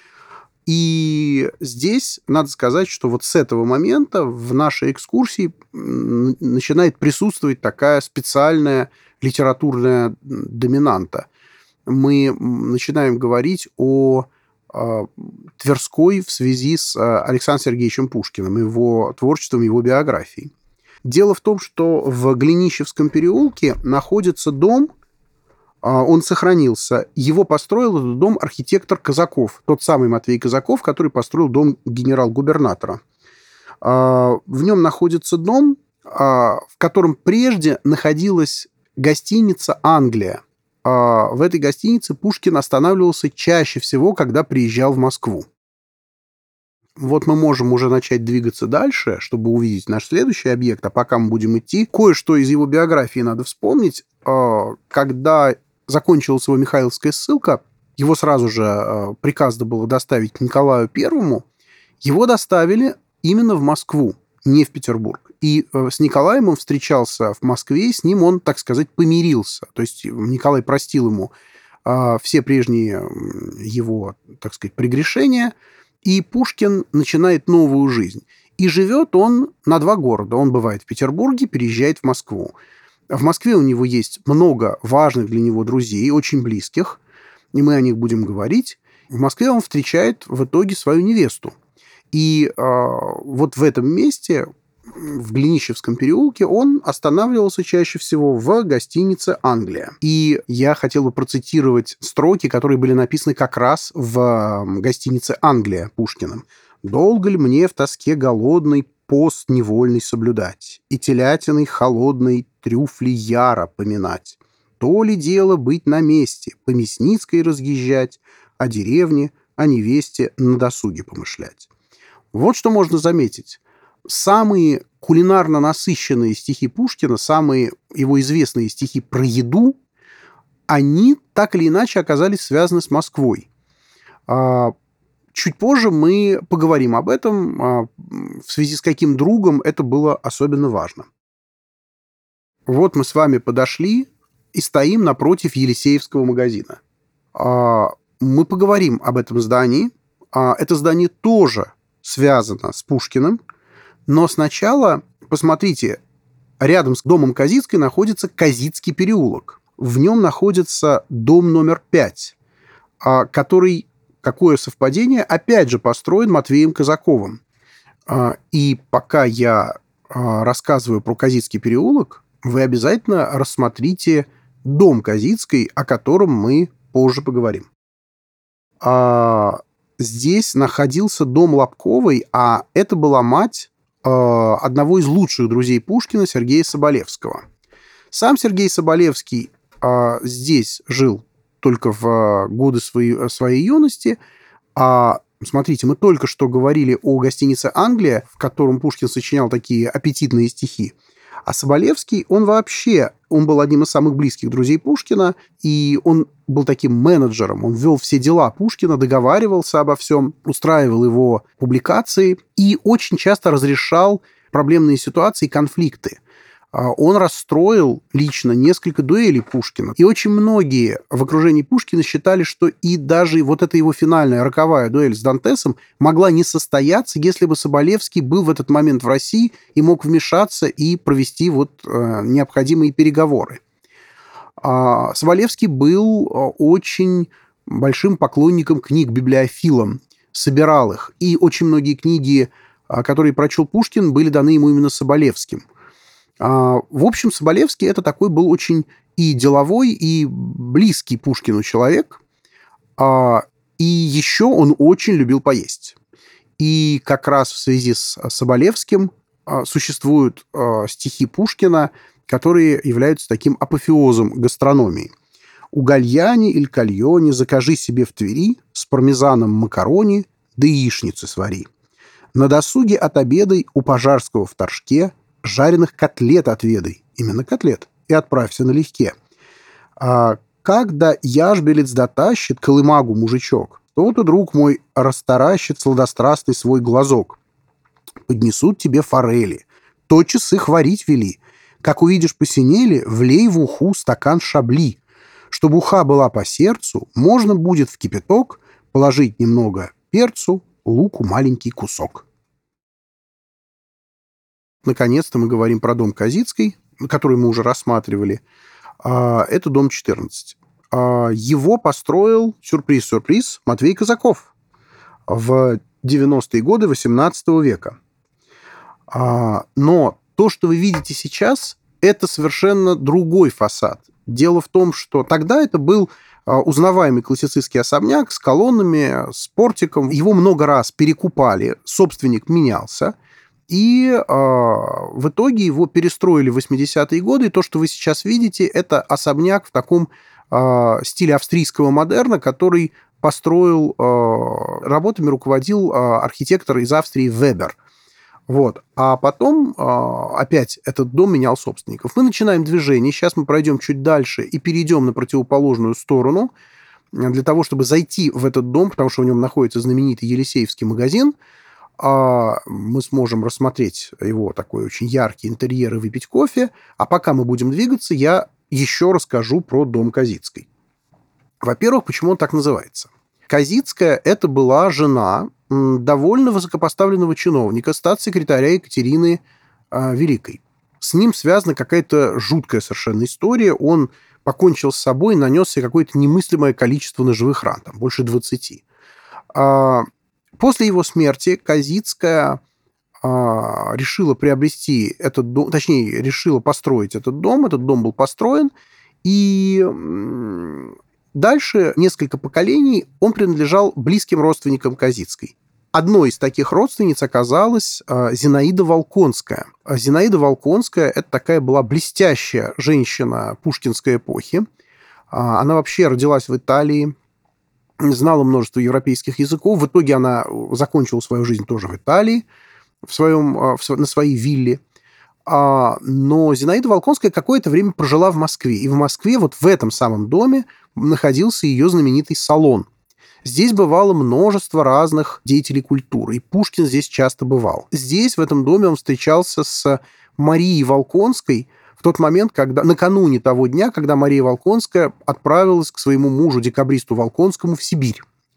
И здесь надо сказать, что вот с этого момента в нашей экскурсии начинает присутствовать такая специальная литературная доминанта. Мы начинаем говорить о Тверской в связи с Александром Сергеевичем Пушкиным, его творчеством, его биографией. Дело в том, что в Глинищевском переулке находится дом, он сохранился. Его построил этот дом архитектор Казаков, тот самый Матвей Казаков, который построил дом генерал-губернатора. В нем находится дом, в котором прежде находилась гостиница «Англия». В этой гостинице Пушкин останавливался чаще всего, когда приезжал в Москву. Вот мы можем уже начать двигаться дальше, чтобы увидеть наш следующий объект, а пока мы будем идти, кое-что из его биографии надо вспомнить. Когда закончилась его Михайловская ссылка, его сразу же приказано было доставить к Николаю Первому, его доставили именно в Москву, не в Петербург. И с Николаем он встречался в Москве, и с ним он, так сказать, помирился. То есть Николай простил ему все прежние его, так сказать, прегрешения, и Пушкин начинает новую жизнь. И живет он на 2 города. Он бывает в Петербурге, переезжает в Москву. В Москве у него есть много важных для него друзей, очень близких, и мы о них будем говорить. В Москве он встречает в итоге свою невесту. И вот в этом месте, в Глинищевском переулке, он останавливался чаще всего в гостинице «Англия». И я хотел бы процитировать строки, которые были написаны как раз в гостинице «Англия» Пушкиным. «Долго ли мне в тоске голодной пост невольный соблюдать, и телятиной холодной трюфли яра поминать? То ли дело быть на месте, по Мясницкой разъезжать, о деревне, о невесте на досуге помышлять». Вот что можно заметить. Самые кулинарно насыщенные стихи Пушкина, самые его известные стихи про еду, они так или иначе оказались связаны с Москвой. Чуть позже мы поговорим об этом, в связи с каким другом это было особенно важно. Вот мы с вами подошли и стоим напротив Елисеевского магазина. Мы поговорим об этом здании. Это здание тоже связано с Пушкиным, но сначала, посмотрите, рядом с домом Козицкой находится Козицкий переулок. В нем находится дом номер 5, который, какое совпадение, опять же построен Матвеем Казаковым. И пока я рассказываю про Козицкий переулок, вы обязательно рассмотрите дом Козицкой, о котором мы позже поговорим. Здесь находился дом Лобковой, а это была мать одного из лучших друзей Пушкина, Сергея Соболевского. Сам Сергей Соболевский здесь жил только в годы своей юности. Смотрите, мы только что говорили о гостинице «Англия», в котором Пушкин сочинял такие аппетитные стихи. А Соболевский, он был одним из самых близких друзей Пушкина, и он был таким менеджером, он вел все дела Пушкина, договаривался обо всем, устраивал его публикации и очень часто разрешал проблемные ситуации и конфликты. Он расстроил лично несколько дуэлей Пушкина. И очень многие в окружении Пушкина считали, что и даже вот эта его финальная роковая дуэль с Дантесом могла не состояться, если бы Соболевский был в этот момент в России и мог вмешаться и провести необходимые переговоры. Соболевский был очень большим поклонником книг, библиофилом, собирал их. И очень многие книги, которые прочел Пушкин, были даны ему именно Соболевским. В общем, Соболевский это такой был очень и деловой, и близкий Пушкину человек. И еще он очень любил поесть. И как раз в связи с Соболевским существуют стихи Пушкина, которые являются таким апофеозом гастрономии. «У гальяни иль кальони закажи себе в Твери с пармезаном макарони да яичницы свари. На досуге отобедай у Пожарского в Торжке жареных котлет отведай». Именно котлет. «И отправься налегке. Когда яжбелец дотащит колымагу мужичок, то-то, друг мой, растаращит сладострастный свой глазок. Поднесут тебе форели, тотчас их варить вели. Как увидишь посинели, влей в уху стакан шабли. Чтобы уха была по сердцу, можно будет в кипяток положить немного перцу, луку маленький кусок». Наконец-то мы говорим про дом Козицкой, который мы уже рассматривали. Это дом 14. Его построил, сюрприз-сюрприз, Матвей Казаков в 90-е годы XVIII века. Но то, что вы видите сейчас, это совершенно другой фасад. Дело в том, что тогда это был узнаваемый классицистский особняк с колоннами, с портиком. Его много раз перекупали, собственник менялся. И в итоге его перестроили в 80-е годы. И то, что вы сейчас видите, это особняк в таком стиле австрийского модерна, который построил, работами руководил архитектор из Австрии Вебер. А потом опять этот дом менял собственников. Мы начинаем движение. Сейчас мы пройдем чуть дальше и перейдем на противоположную сторону для того, чтобы зайти в этот дом, потому что в нем находится знаменитый Елисеевский магазин. Мы сможем рассмотреть его такой очень яркий интерьер и выпить кофе. А пока мы будем двигаться, я еще расскажу про дом Козицкой. Во-первых, почему он так называется? Козицкая – это была жена довольно высокопоставленного чиновника, статс-секретаря Екатерины Великой. С ним связана какая-то жуткая совершенно история. Он покончил с собой и нанес себе какое-то немыслимое количество ножевых ран, там больше 20. После его смерти Козицкая решила приобрести этот дом, точнее, решила построить этот дом. Этот дом был построен, и дальше несколько поколений он принадлежал близким родственникам Козицкой. Одной из таких родственниц оказалась Зинаида Волконская. Зинаида Волконская – это такая была блестящая женщина пушкинской эпохи. Она вообще родилась в Италии, знала множество европейских языков. В итоге она закончила свою жизнь тоже в Италии, на своей вилле. Но Зинаида Волконская какое-то время прожила в Москве. И в Москве, вот в этом самом доме, находился ее знаменитый салон. Здесь бывало множество разных деятелей культуры. И Пушкин здесь часто бывал. Здесь, в этом доме, он встречался с Марией Волконской в тот момент, когда, накануне того дня, когда Мария Волконская отправилась к своему мужу, декабристу Волконскому, в Сибирь.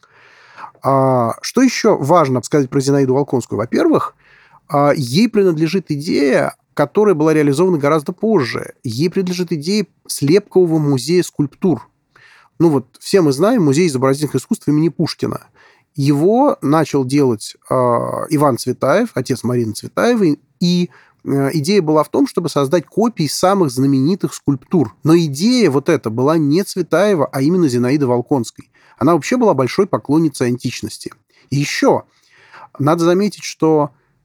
Что еще важно сказать про Зинаиду Волконскую? Во-первых, ей принадлежит идея, которая была реализована гораздо позже. Ей принадлежит идея Слепкового музея скульптур. Все мы знаем музей изобразительных искусств имени Пушкина. Его начал делать Иван Цветаев, отец Марины Цветаевой, и идея была в том, чтобы создать копии самых знаменитых скульптур. Но идея вот эта была не Цветаева, а именно Зинаиды Волконской. Она вообще была большой поклонницей античности. И еще надо заметить, что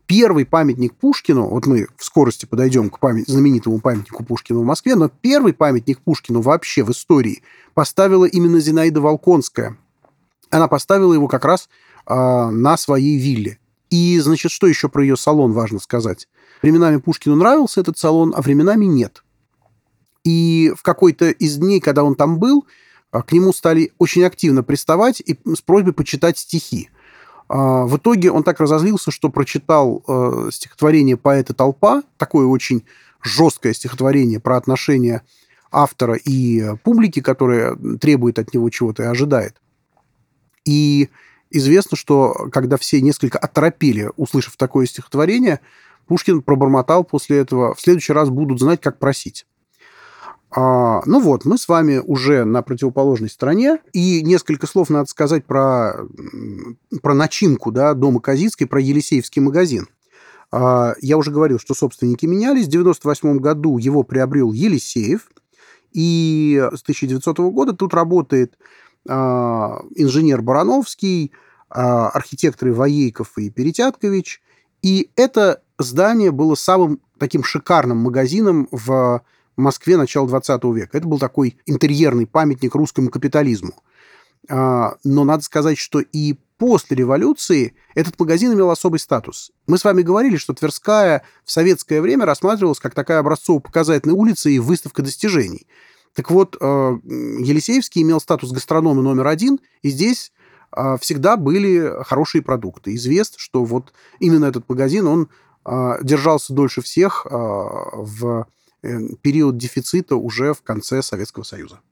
Первый памятник Пушкину, вот мы в скорости подойдем к знаменитому памятнику Пушкину в Москве, но первый памятник Пушкину вообще в истории поставила именно Зинаида Волконская. Она поставила его как раз на своей вилле. И, значит, что еще про ее салон важно сказать? Временами Пушкину нравился этот салон, а временами нет. И в какой-то из дней, когда он там был, к нему стали очень активно приставать и с просьбой почитать стихи. В итоге он так разозлился, что прочитал стихотворение поэта «Толпа», такое очень жесткое стихотворение про отношения автора и публики, которая требует от него чего-то и ожидает. И известно, что когда все несколько оторопели, услышав такое стихотворение, Пушкин пробормотал после этого: «В следующий раз будут знать, как просить». Ну вот, мы с вами уже на противоположной стороне, и несколько слов надо сказать про начинку, да, дома Козицкой, про Елисеевский магазин. Я уже говорил, что собственники менялись. В 1998 году его приобрел Елисеев, и с 1900 года тут работает инженер Барановский, архитекторы Воейков и Перетяткович, и это здание было самым таким шикарным магазином в Москве начала 20 века. Это был такой интерьерный памятник русскому капитализму. Но надо сказать, что и после революции этот магазин имел особый статус. Мы с вами говорили, что Тверская в советское время рассматривалась как такая образцово-показательная улица и выставка достижений. Так вот, Елисеевский имел статус гастронома номер один, и здесь всегда были хорошие продукты. Известно, что вот именно этот магазин, он держался дольше всех в период дефицита уже в конце Советского Союза.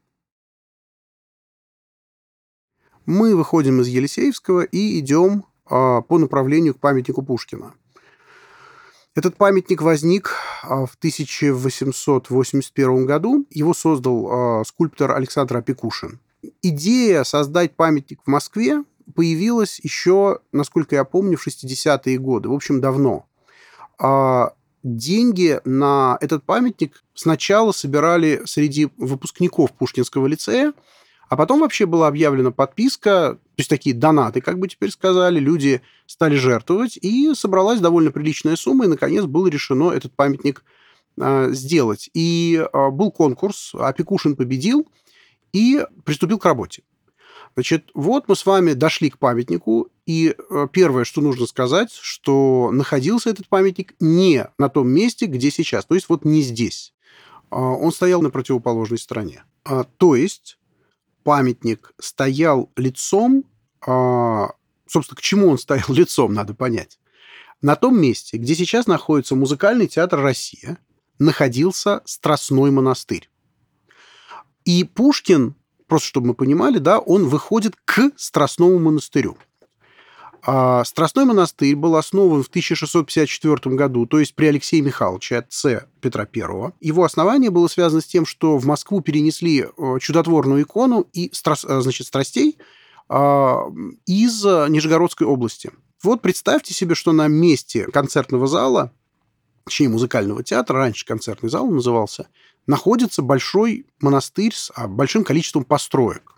Мы выходим из Елисеевского и идем по направлению к памятнику Пушкина. Этот памятник возник в 1881 году. Его создал скульптор Александр Опекушин. Идея создать памятник в Москве появилась еще, насколько я помню, в 60-е годы. В общем, давно. Деньги на этот памятник сначала собирали среди выпускников Пушкинского лицея, а потом вообще была объявлена подписка, то есть такие донаты, как бы теперь сказали, люди стали жертвовать, и собралась довольно приличная сумма, и, наконец, было решено этот памятник сделать. И был конкурс, Опекушин победил и приступил к работе. Значит, вот мы с вами дошли к памятнику, и первое, что нужно сказать, что находился этот памятник не на том месте, где сейчас, то есть вот не здесь. Он стоял на противоположной стороне. То есть памятник стоял лицом, собственно, к чему он стоял лицом, надо понять. На том месте, где сейчас находится Музыкальный театр «Россия», находился Страстной монастырь. И Пушкин, просто чтобы мы понимали, да, он выходит к Страстному монастырю. Страстной монастырь был основан в 1654 году, то есть при Алексее Михайловиче, отце Петра I. Его основание было связано с тем, что в Москву перенесли чудотворную икону и, значит, страстей из Нижегородской области. Вот представьте себе, что на месте концертного зала, точнее, музыкального театра, раньше концертный зал назывался, находится большой монастырь с большим количеством построек.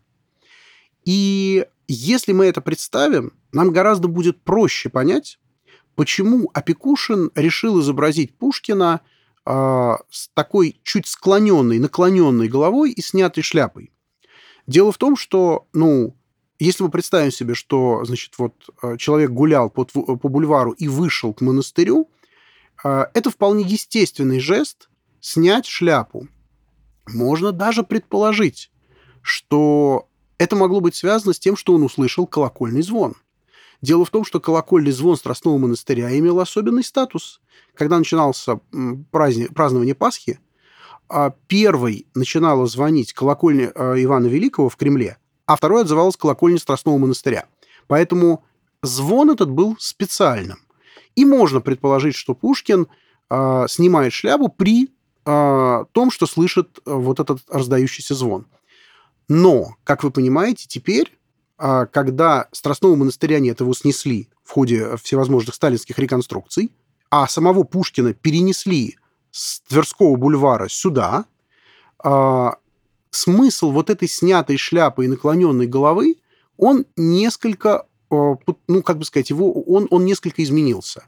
И если мы это представим, нам гораздо будет проще понять, почему Опекушин решил изобразить Пушкина с такой чуть склоненной, наклоненной головой и снятой шляпой. Дело в том, что, если мы представим себе, что, значит, вот человек гулял по бульвару и вышел к монастырю, это вполне естественный жест снять шляпу. Можно даже предположить, что это могло быть связано с тем, что он услышал колокольный звон. Дело в том, что колокольный звон Страстного монастыря имел особенный статус. Когда начинался празднование Пасхи, первой начинала звонить колокольня Ивана Великого в Кремле, а второй отзывалась колокольня Страстного монастыря. Поэтому звон этот был специальным. И можно предположить, что Пушкин снимает шляпу при том, что слышит вот этот раздающийся звон. Но, как вы понимаете, теперь, когда Страстного монастыря нет, его снесли в ходе всевозможных сталинских реконструкций, а самого Пушкина перенесли с Тверского бульвара сюда, смысл вот этой снятой шляпы и наклоненной головы, он несколько, он несколько изменился.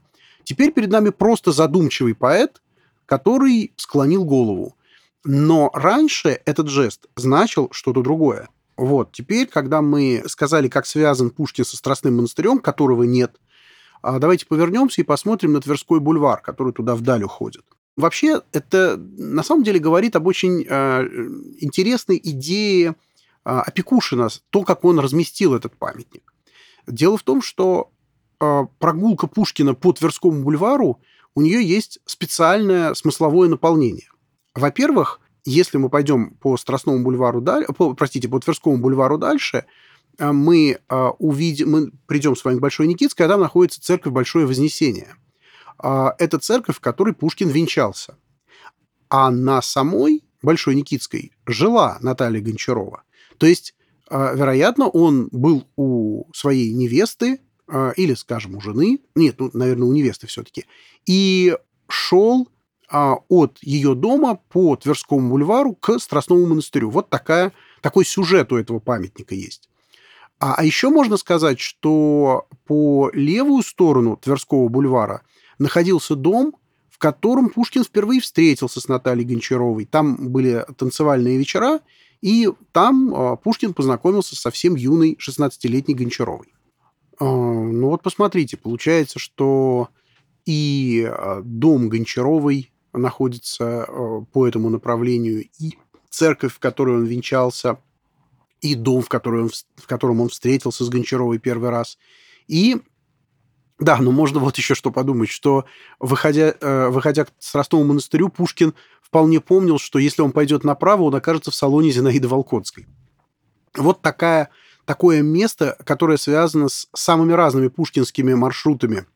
Теперь перед нами просто задумчивый поэт, который склонил голову. Но раньше этот жест значил что-то другое. Вот, теперь, когда мы сказали, как связан Пушкин со Страстным монастырем, которого нет, давайте повернемся и посмотрим на Тверской бульвар, который туда вдаль уходит. Вообще, это на самом деле говорит об очень интересной идее Опекушина, то, как он разместил этот памятник. Дело в том, что прогулка Пушкина по Тверскому бульвару, у нее есть специальное смысловое наполнение. Во-первых, если мы пойдем по Страстному бульвару по Тверскому бульвару дальше, мы придем с вами к Большой Никитской, а там находится церковь Большое Вознесение. Это церковь, в которой Пушкин венчался. А на самой Большой Никитской жила Наталья Гончарова. То есть, вероятно, он был у своей невесты, или, скажем, у жены, нет, наверное, у невесты все-таки, и шел от ее дома по Тверскому бульвару к Страстному монастырю. Вот такой сюжет у этого памятника есть. А еще можно сказать, что по левую сторону Тверского бульвара находился дом, в котором Пушкин впервые встретился с Натальей Гончаровой. Там были танцевальные вечера, и там Пушкин познакомился с совсем юной 16-летней Гончаровой. Ну вот посмотрите, получается, что и дом Гончаровой находится по этому направлению, и церковь, в которой он венчался, и дом, в котором он встретился с Гончаровой первый раз. И да, но можно вот еще что подумать, что, выходя к Страстному монастырю, Пушкин вполне помнил, что если он пойдет направо, он окажется в салоне Зинаиды Волконской. Вот такое место, которое связано с самыми разными пушкинскими маршрутами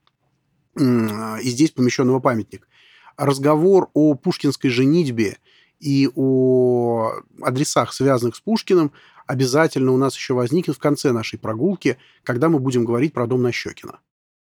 и здесь помещенного памятник. Разговор о пушкинской женитьбе и о адресах, связанных с Пушкиным, обязательно у нас еще возникнет в конце нашей прогулки, когда мы будем говорить про дом Нащекина.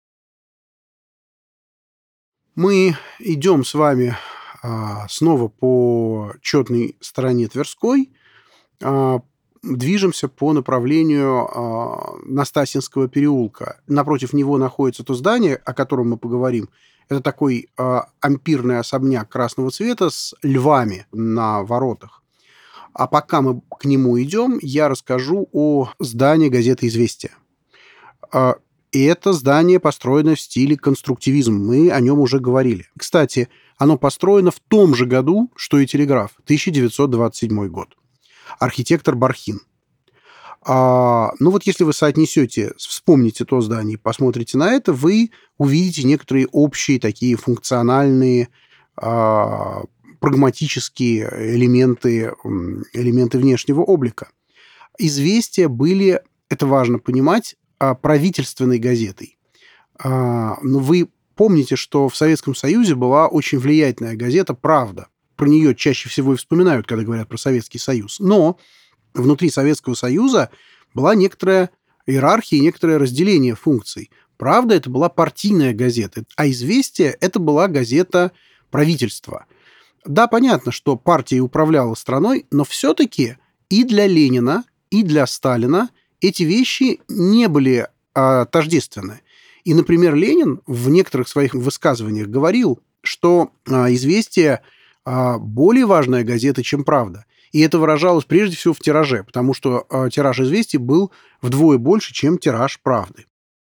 Мы идем с вами снова по четной стороне Тверской, движемся по направлению Настасьинского переулка. Напротив него находится то здание, о котором мы поговорим. Это такой ампирный особняк красного цвета с львами на воротах. А пока мы к нему идем, я расскажу о здании газеты «Известия». И это здание построено в стиле конструктивизм. Мы о нем уже говорили. Кстати, оно построено в том же году, что и телеграф, 1927 год. Архитектор Бархин. Ну вот если вы вспомните то здание и посмотрите на это, вы увидите некоторые общие такие функциональные, прагматические элементы внешнего облика. «Известия» были, это важно понимать, правительственной газетой. Но вы помните, что в Советском Союзе была очень влиятельная газета «Правда». Про нее чаще всего и вспоминают, когда говорят про Советский Союз. Но внутри Советского Союза была некоторая иерархия, некоторое разделение функций. «Правда» — это была партийная газета, а «Известия» — это была газета правительства. Да, понятно, что партия управляла страной, но все-таки и для Ленина, и для Сталина эти вещи не были тождественны. И, например, Ленин в некоторых своих высказываниях говорил, что «Известия» более важная газета, чем «Правда». И это выражалось прежде всего в тираже, потому что тираж «Известий» был вдвое больше, чем тираж «Правды».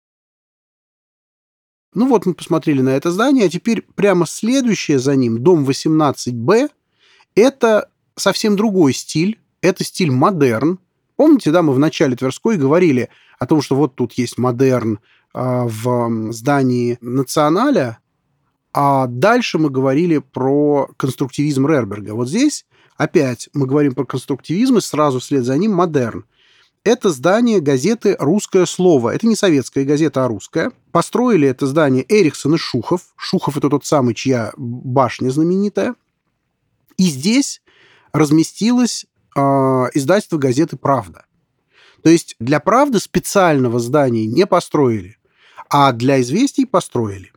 Ну вот мы посмотрели на это здание, а теперь прямо следующее за ним, дом 18Б, это совсем другой стиль, это стиль модерн. Помните, да, мы в начале Тверской говорили о том, что вот тут есть модерн в здании Националя, а дальше мы говорили про конструктивизм Рерберга. Вот здесь опять мы говорим про конструктивизм, и сразу вслед за ним модерн. Это здание газеты «Русское слово». Это не советская газета, а русская. Построили это здание Эриксон и Шухов. Шухов — это тот самый, чья башня знаменитая. И здесь разместилось издательство газеты «Правда». То есть для «Правды» специального здания не построили, а для «Известий» построили.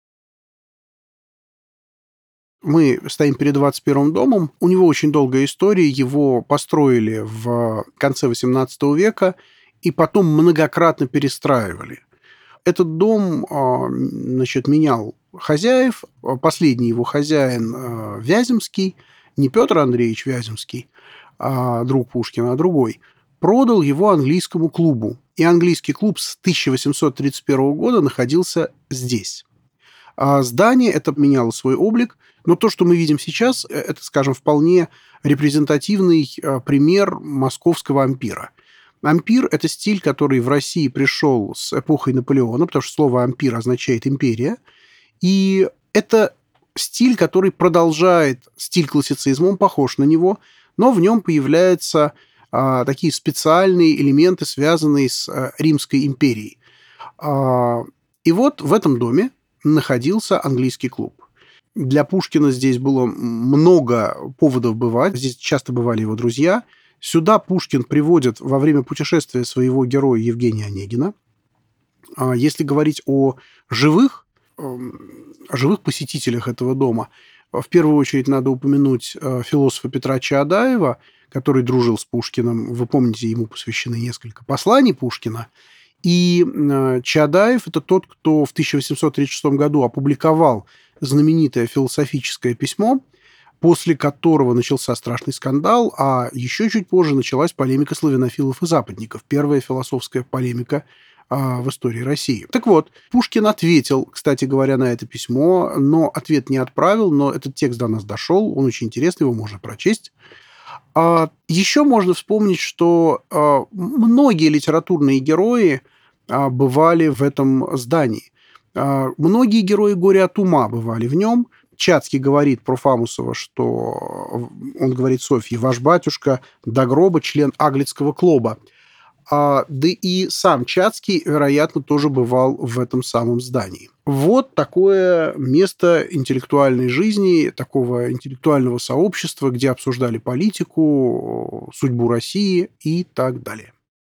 Мы стоим перед 21-м домом. У него очень долгая история. Его построили в конце XVIII века и потом многократно перестраивали. этот дом, значит, менял хозяев. Последний его хозяин Вяземский, не Петр Андреевич Вяземский, друг Пушкина, а другой, продал его английскому клубу. И английский клуб с 1831 года находился здесь. Здание это меняло свой облик, но то, что мы видим сейчас, это, скажем, вполне репрезентативный пример московского ампира. Ампир – это стиль, который в России пришел с эпохой Наполеона, потому что слово «ампир» означает «империя». И это стиль, который продолжает стиль классицизма, он похож на него, но в нем появляются такие специальные элементы, связанные с Римской империей. И вот в этом доме находился английский клуб. Для Пушкина здесь было много поводов бывать. Здесь часто бывали его друзья. Сюда Пушкин приводит во время путешествия своего героя Евгения Онегина. Если говорить о живых посетителях этого дома, в первую очередь надо упомянуть философа Петра Чаадаева, который дружил с Пушкиным. Вы помните, ему посвящены несколько посланий Пушкина. И Чаадаев – это тот, кто в 1836 году опубликовал знаменитое философическое письмо, после которого начался страшный скандал, а еще чуть позже началась полемика славянофилов и западников, первая философская полемика в истории России. Так вот, Пушкин ответил, кстати говоря, на это письмо, но ответ не отправил, но этот текст до нас дошел, он очень интересный, его можно прочесть. Еще можно вспомнить, что многие литературные герои бывали в этом здании. Многие герои «Горя от ума» бывали в нем. Чацкий говорит про Фамусова, что он говорит Софье: «Ваш батюшка до гроба член Аглицкого клуба». Да и сам Чацкий, вероятно, тоже бывал в этом самом здании. Вот такое место интеллектуальной жизни, такого интеллектуального сообщества, где обсуждали политику, судьбу России и так далее.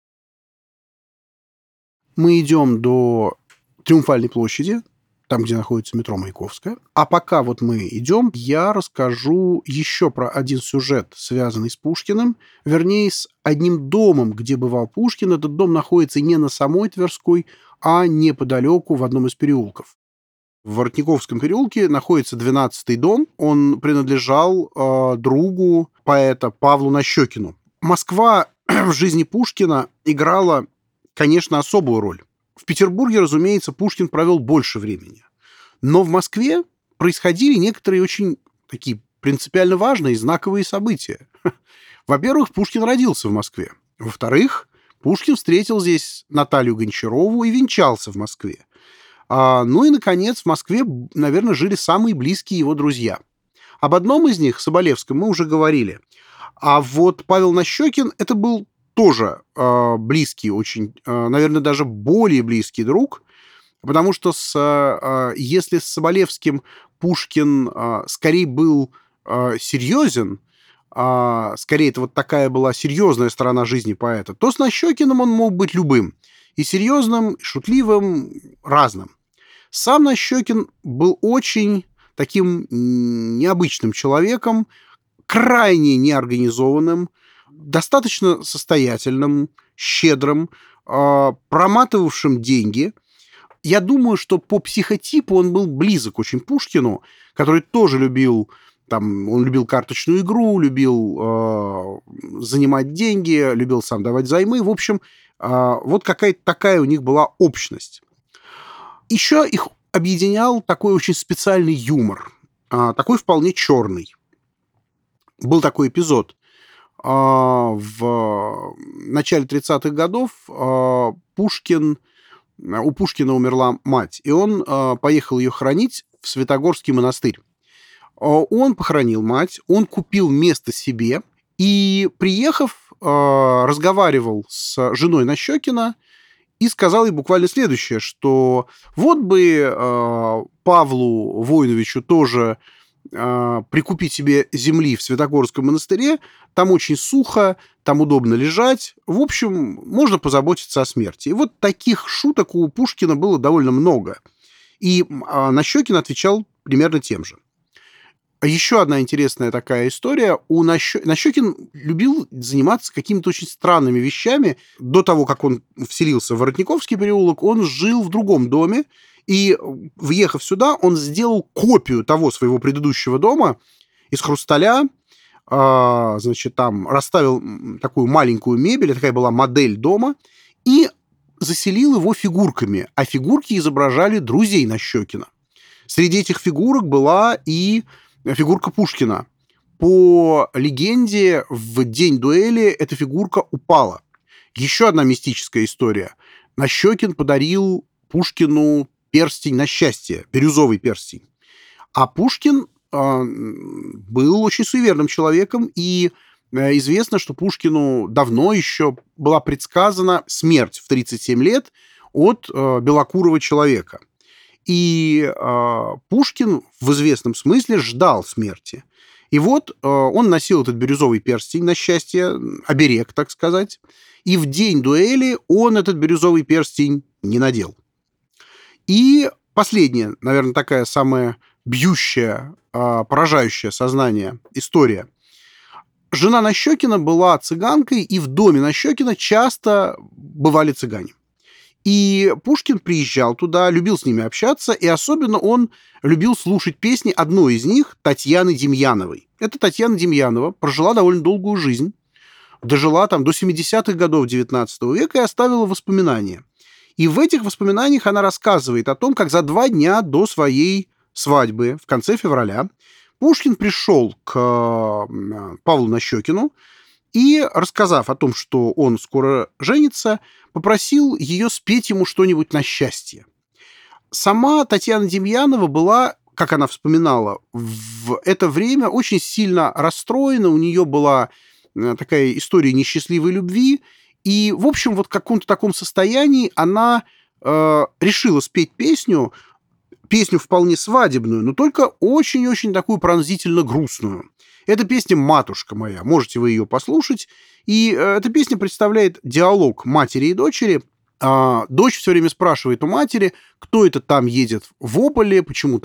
Мы идем до Триумфальной площади, там, где находится метро Маяковская. А пока вот мы идем, я расскажу еще про один сюжет, связанный с Пушкиным, вернее, с одним домом, где бывал Пушкин. Этот дом находится не на самой Тверской, а неподалеку в одном из переулков. В Воротниковском переулке находится 12-й дом. Он принадлежал другу поэта Павлу Нащекину. Москва в жизни Пушкина играла, конечно, особую роль. В Петербурге, разумеется, Пушкин провел больше времени. Но в Москве происходили некоторые очень такие принципиально важные, знаковые события. Во-первых, Пушкин родился в Москве. Во-вторых, Пушкин встретил здесь Наталью Гончарову и венчался в Москве. Ну и, наконец, в Москве, наверное, жили самые близкие его друзья. Об одном из них, Соболевском, мы уже говорили. А вот Павел Нащекин – это был тоже близкий, очень, наверное, даже более близкий друг, потому что если с Соболевским Пушкин скорее был серьезен, скорее это вот такая была серьезная сторона жизни поэта, то с Нащекиным он мог быть любым. И серьезным, и шутливым, разным. Сам Нащекин был очень таким необычным человеком, крайне неорганизованным, достаточно состоятельным, щедрым, проматывавшим деньги. Я думаю, что по психотипу он был близок очень Пушкину, который тоже любил, он любил карточную игру, любил занимать деньги, любил сам давать займы. В общем, вот какая-то такая у них была общность. Еще их объединял такой очень специальный юмор, такой вполне черный. Был такой эпизод. В начале 30-х годов у Пушкина умерла мать, и он поехал ее хоронить в Святогорский монастырь. Он похоронил мать, он купил место себе, и, приехав, разговаривал с женой Нащекина и сказал ей буквально следующее, что вот бы Павлу Воиновичу тоже прикупить себе земли в Святогорском монастыре, там очень сухо, там удобно лежать, в общем, можно позаботиться о смерти. И вот таких шуток у Пушкина было довольно много. И Нащекин отвечал примерно тем же. Еще одна интересная такая история. Нащекин любил заниматься какими-то очень странными вещами. До того, как он вселился в Воротниковский переулок, он жил в другом доме, и, въехав сюда, он сделал копию того своего предыдущего дома из хрусталя, значит, там расставил такую маленькую мебель, такая была модель дома, и заселил его фигурками, а фигурки изображали друзей Нащекина. Среди этих фигурок была и фигурка Пушкина. По легенде, в день дуэли эта фигурка упала. Еще одна мистическая история. Нащекин подарил Пушкину перстень на счастье, бирюзовый перстень. А Пушкин был очень суеверным человеком, и известно, что Пушкину давно еще была предсказана смерть в 37 лет от белокурого человека. И Пушкин в известном смысле ждал смерти. И вот он носил этот бирюзовый перстень на счастье, оберег, так сказать, и в день дуэли он этот бирюзовый перстень не надел. И последняя, наверное, такая самая бьющая, поражающая сознание история. Жена Нащекина была цыганкой, и в доме Нащекина часто бывали цыгане. И Пушкин приезжал туда, любил с ними общаться, и особенно он любил слушать песни одной из них, Татьяны Демьяновой. Эта Татьяна Демьянова прожила довольно долгую жизнь, дожила там до 70-х годов XIX века и оставила воспоминания. И в этих воспоминаниях она рассказывает о том, как за 2 дня до своей свадьбы, в конце февраля, Пушкин пришел к Павлу Нащекину и, рассказав о том, что он скоро женится, попросил ее спеть ему что-нибудь на счастье. Сама Татьяна Демьянова была, как она вспоминала, в это время очень сильно расстроена, у нее была такая история несчастливой любви, и, в общем, вот в каком-то таком состоянии она решила спеть песню вполне свадебную, но только очень-очень такую пронзительно грустную. Это песня «Матушка моя», можете вы ее послушать. И эта песня представляет диалог матери и дочери. Дочь все время спрашивает у матери, кто это там едет в Ополе, почему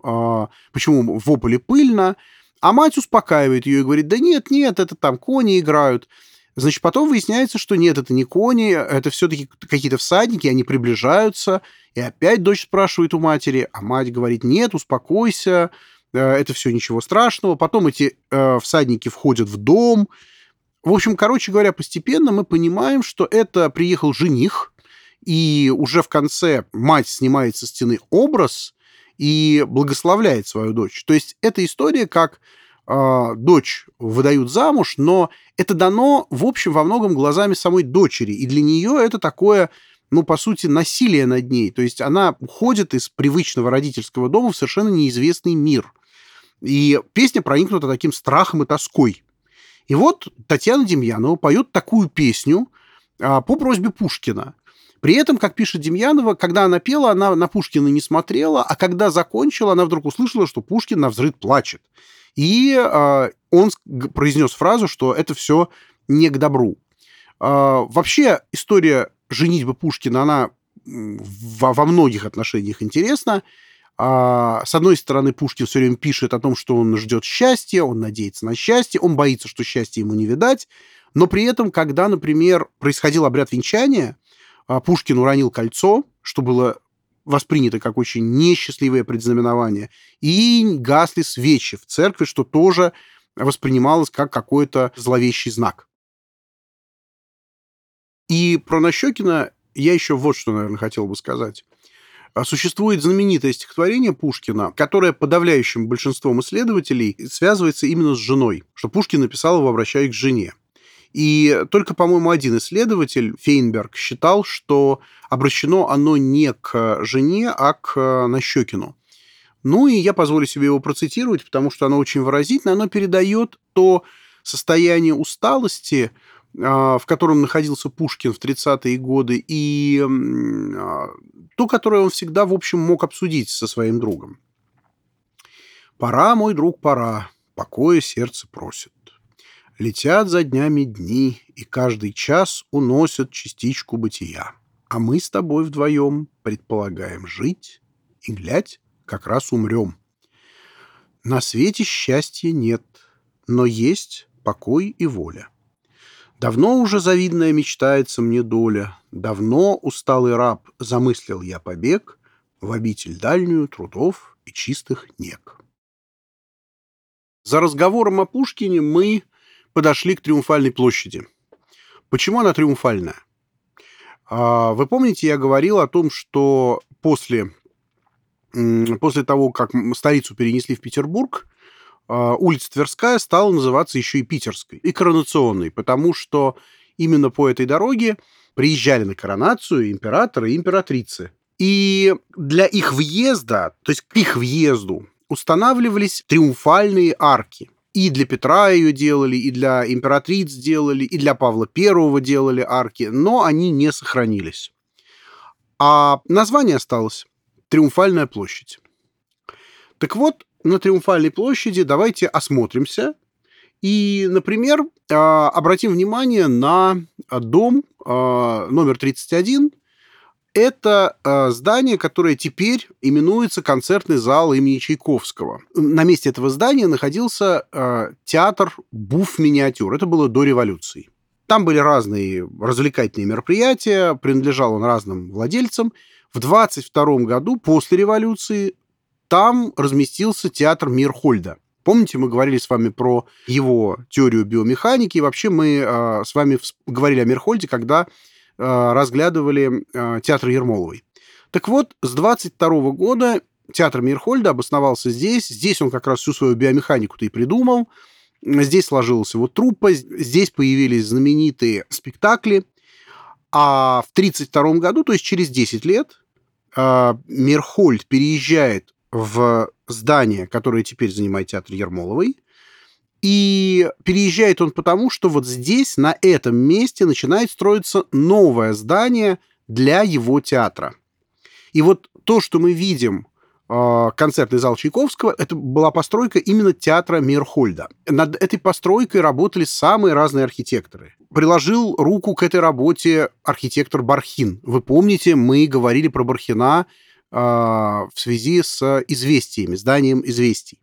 в Ополе пыльно. А мать успокаивает ее и говорит, да нет, это там кони играют. Значит, потом выясняется, что нет, это не кони, это все-таки какие-то всадники, они приближаются. И опять дочь спрашивает у матери, а мать говорит, нет, успокойся, это все ничего страшного. Потом эти всадники входят в дом. В общем, короче говоря, постепенно мы понимаем, что это приехал жених, и уже в конце мать снимает со стены образ и благословляет свою дочь. То есть это история, как дочь выдают замуж, но это дано, в общем, во многом глазами самой дочери, и для нее это такое, по сути, насилие над ней. То есть она уходит из привычного родительского дома в совершенно неизвестный мир. И песня проникнута таким страхом и тоской. И вот Татьяна Демьянова поет такую песню по просьбе Пушкина. При этом, как пишет Демьянова, когда она пела, она на Пушкина не смотрела, а когда закончила, она вдруг услышала, что Пушкин навзрыд плачет. И он произнес фразу, что это все не к добру. Вообще история женитьбы Пушкина, она во многих отношениях интересна. С одной стороны, Пушкин все время пишет о том, что он ждет счастья, он надеется на счастье, он боится, что счастья ему не видать. Но при этом, когда, например, происходил обряд венчания, Пушкин уронил кольцо, что было воспринято как очень несчастливое предзнаменование, и гасли свечи в церкви, что тоже воспринималось как какой-то зловещий знак. И про Нащекина я еще вот что, наверное, хотел бы сказать. Существует знаменитое стихотворение Пушкина, которое подавляющим большинством исследователей связывается именно с женой, что Пушкин написал его, обращаясь к жене. И только, по-моему, один исследователь, Фейнберг, считал, что обращено оно не к жене, а к Нащекину. И я позволю себе его процитировать, потому что оно очень выразительно. Оно передает то состояние усталости, в котором находился Пушкин в 30-е годы, и то, которое он всегда, в общем, мог обсудить со своим другом. «Пора, мой друг, пора, покоя сердце просит. Летят за днями дни, и каждый час уносят частичку бытия. А мы с тобой вдвоем предполагаем жить, и, глядь, как раз умрем. На свете счастья нет, но есть покой и воля. Давно уже завидная мечтается мне доля, давно усталый раб замыслил я побег в обитель дальнюю трудов и чистых нег. За разговором о Пушкине мы подошли к Триумфальной площади. Почему она триумфальная? Вы помните, я говорил о том, что после того, как столицу перенесли в Петербург, улица Тверская стала называться еще и Питерской, и Коронационной, потому что именно по этой дороге приезжали на коронацию императоры и императрицы. И для их въезда, то есть к их въезду, устанавливались триумфальные арки. И для Петра ее делали, и для императриц делали, и для Павла I делали арки, но они не сохранились. А название осталось «Триумфальная площадь». Так вот, на Триумфальной площади давайте осмотримся и, например, обратим внимание на дом номер 31. Это здание, которое теперь именуется концертный зал имени Чайковского. На месте этого здания находился театр Буф-миниатюр. Это было до революции. Там были разные развлекательные мероприятия, принадлежал он разным владельцам. В 22 году, после революции, там разместился театр Мейерхольда. Помните, мы говорили с вами про его теорию биомеханики, и вообще мы с вами говорили о Мейерхольде, когда разглядывали театр Ермоловой. Так вот, с 22 года театр Мейерхольда обосновался здесь. Здесь он как раз всю свою биомеханику-то и придумал. Здесь сложилась его труппа, здесь появились знаменитые спектакли. А в 1932 году, то есть через 10 лет, Мейерхольд переезжает в здание, которое теперь занимает театр Ермоловой. И переезжает он потому, что вот здесь, на этом месте, начинает строиться новое здание для его театра. И вот то, что мы видим, концертный зал Чайковского, это была постройка именно театра Мейерхольда. Над этой постройкой работали самые разные архитекторы. Приложил руку к этой работе архитектор Бархин. Вы помните, мы говорили про Бархина в связи с «Известиями», зданием «Известий».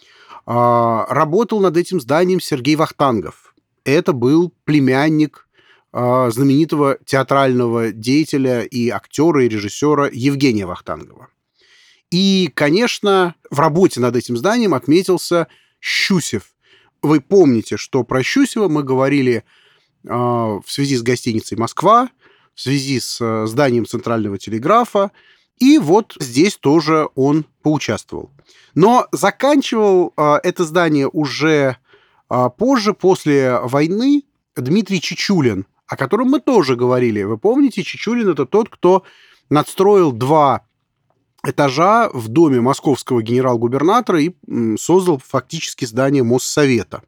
Работал над этим зданием Сергей Вахтангов. Это был племянник знаменитого театрального деятеля и актера, и режиссера Евгения Вахтангова. И, конечно, в работе над этим зданием отметился Щусев. Вы помните, что про Щусева мы говорили в связи с гостиницей «Москва», в связи с зданием Центрального телеграфа, и вот здесь тоже он поучаствовал. Но заканчивал это здание уже позже, после войны, Дмитрий Чичулин, о котором мы тоже говорили. Вы помните, Чичулин — это тот, кто надстроил 2 этажа в доме московского генерал-губернатора и создал фактически здание Моссовета.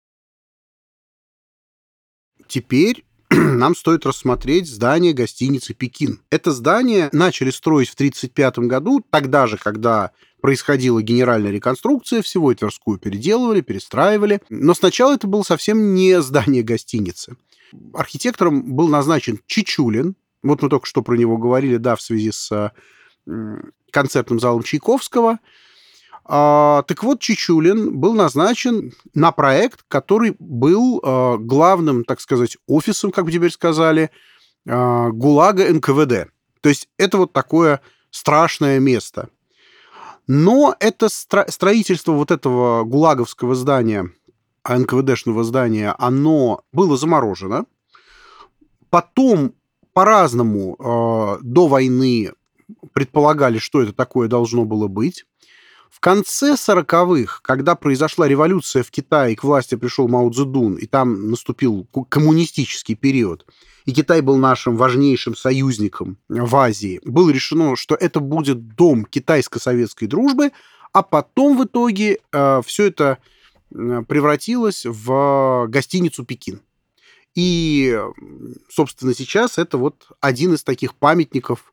Теперь нам стоит рассмотреть здание гостиницы «Пекин». Это здание начали строить в 1935 году, тогда же, когда происходила генеральная реконструкция, всего и Тверскую переделывали, перестраивали. Но сначала это было совсем не здание гостиницы. Архитектором был назначен Чичулин. Вот мы только что про него говорили, да, в связи с концертным залом Чайковского. Так вот, Чичулин был назначен на проект, который был главным, так сказать, офисом, как бы теперь сказали, ГУЛАГа НКВД. То есть это вот такое страшное место. Но это строительство вот этого гулаговского здания, НКВДшного здания, оно было заморожено. Потом по-разному до войны предполагали, что это такое должно было быть. В конце 40-х, когда произошла революция в Китае, к власти пришел Мао Цзэдун, и там наступил коммунистический период, и Китай был нашим важнейшим союзником в Азии, было решено, что это будет дом китайско-советской дружбы, а потом в итоге все это превратилось в гостиницу «Пекин». И, собственно, сейчас это вот один из таких памятников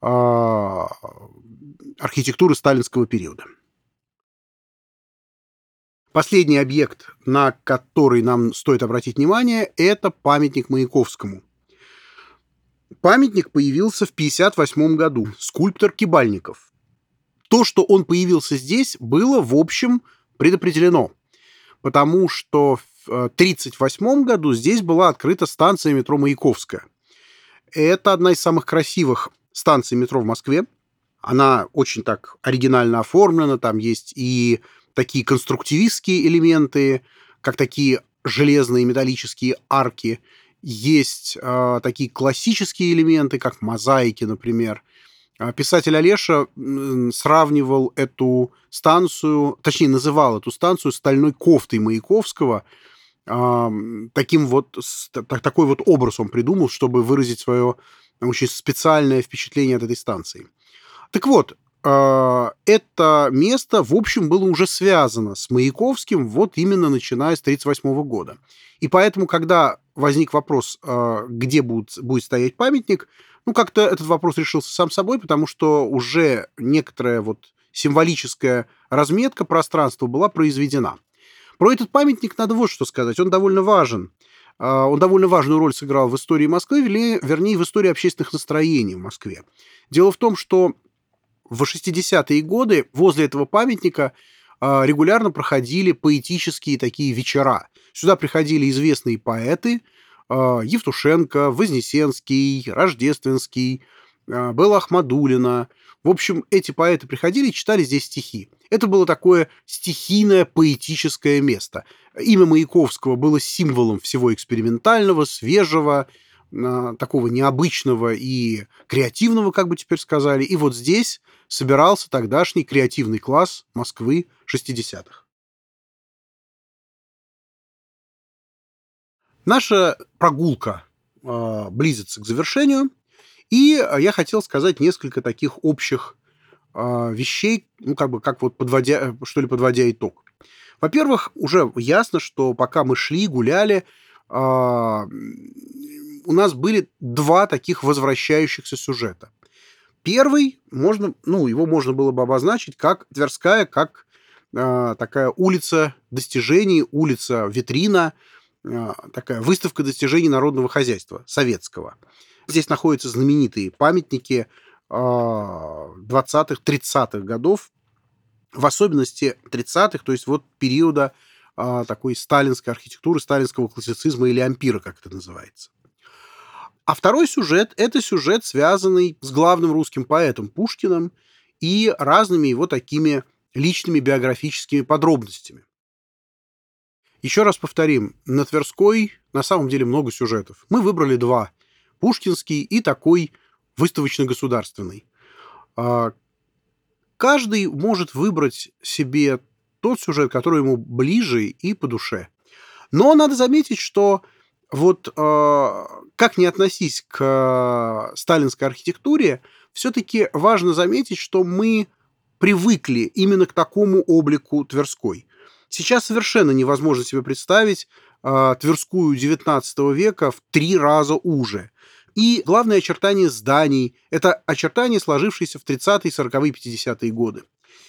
архитектуры сталинского периода. Последний объект, на который нам стоит обратить внимание, это памятник Маяковскому. Памятник появился в 1958 году. Скульптор Кибальников. То, что он появился здесь, было, в общем, предопределено, потому что в 1938 году здесь была открыта станция метро Маяковская. Это одна из самых красивых станций метро в Москве. Она очень так оригинально оформлена, там есть и такие конструктивистские элементы, как такие железные металлические арки, есть такие классические элементы, как мозаики, например. Писатель Олеша сравнивал эту станцию, точнее, называл эту станцию стальной кофтой Маяковского. Такой вот образ он придумал, чтобы выразить свое очень специальное впечатление от этой станции. Так вот, это место, в общем, было уже связано с Маяковским вот именно начиная с 1938 года. И поэтому, когда возник вопрос, где будет стоять памятник, как-то этот вопрос решился сам собой, потому что уже некоторая вот символическая разметка пространства была произведена. Про этот памятник надо вот что сказать. Он довольно важен. Он довольно важную роль сыграл в истории Москвы, вернее, в истории общественных настроений в Москве. Дело в том, что в 60-е годы возле этого памятника регулярно проходили поэтические такие вечера. Сюда приходили известные поэты: Евтушенко, Вознесенский, Рождественский, Белла Ахмадуллина. В общем, эти поэты приходили и читали здесь стихи. Это было такое стихийное поэтическое место. Имя Маяковского было символом всего экспериментального, свежего, такого необычного и креативного, как бы теперь сказали. И вот здесь собирался тогдашний креативный класс Москвы 60-х. Наша прогулка близится к завершению, и я хотел сказать несколько таких общих вещей, подводя итог. Во-первых, уже ясно, что пока мы шли, гуляли, у нас были два таких возвращающихся сюжета. Первый, его можно было бы обозначить как Тверская, как такая улица достижений, улица-витрина, такая выставка достижений народного хозяйства советского. Здесь находятся знаменитые памятники 20-х, 30-х годов, в особенности 30-х, то есть вот периода такой сталинской архитектуры, сталинского классицизма или ампира, как это называется. А второй сюжет – это сюжет, связанный с главным русским поэтом Пушкиным и разными его такими личными биографическими подробностями. Еще раз повторим, на Тверской на самом деле много сюжетов. Мы выбрали два – пушкинский и такой выставочно-государственный. Каждый может выбрать себе тот сюжет, который ему ближе и по душе. Но надо заметить, что вот как ни относись к сталинской архитектуре, все-таки важно заметить, что мы привыкли именно к такому облику Тверской. Сейчас совершенно невозможно себе представить Тверскую XIX века в 3 раза уже. И главное очертание зданий – это очертания, сложившиеся в 30-е, 40-е, 50-е годы.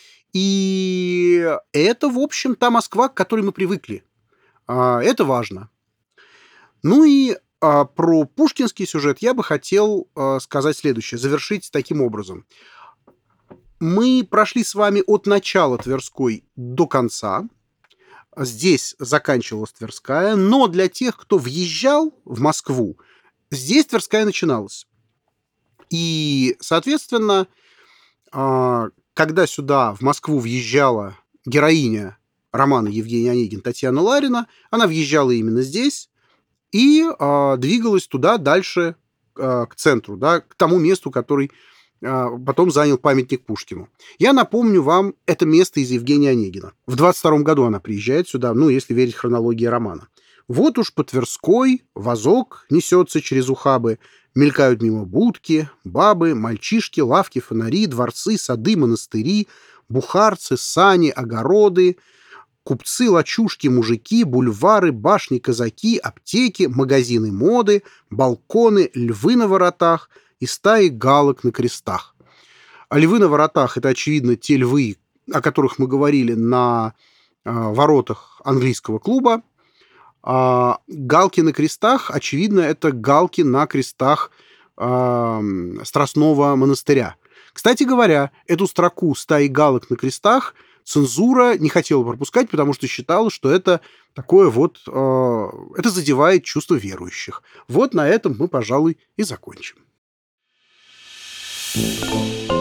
И это, в общем, та Москва, к которой мы привыкли. Это важно. Ну и про пушкинский сюжет я бы хотел сказать следующее, завершить таким образом. Мы прошли с вами от начала Тверской до конца. Здесь заканчивалась Тверская, но для тех, кто въезжал в Москву, здесь Тверская начиналась. И, соответственно, когда сюда, в Москву, въезжала героиня романа Евгений Онегин Татьяна Ларина, она въезжала именно здесь и двигалась туда дальше, к центру, да, к тому месту, который потом занял памятник Пушкину. Я напомню вам это место из Евгения Онегина. В 22 году она приезжает сюда, если верить хронологии романа. Вот уж по Тверской возок несется через ухабы, мелькают мимо будки, бабы, мальчишки, лавки, фонари, дворцы, сады, монастыри, бухарцы, сани, огороды, купцы, лачушки, мужики, бульвары, башни, казаки, аптеки, магазины моды, балконы, львы на воротах и стаи галок на крестах. А львы на воротах – это, очевидно, те львы, о которых мы говорили на воротах английского клуба. А галки на крестах, очевидно, это галки на крестах Страстного монастыря. Кстати говоря, эту строку «стаи галок на крестах» цензура не хотела пропускать, потому что считала, что это такое вот, это задевает чувства верующих. Вот на этом мы, пожалуй, и закончим.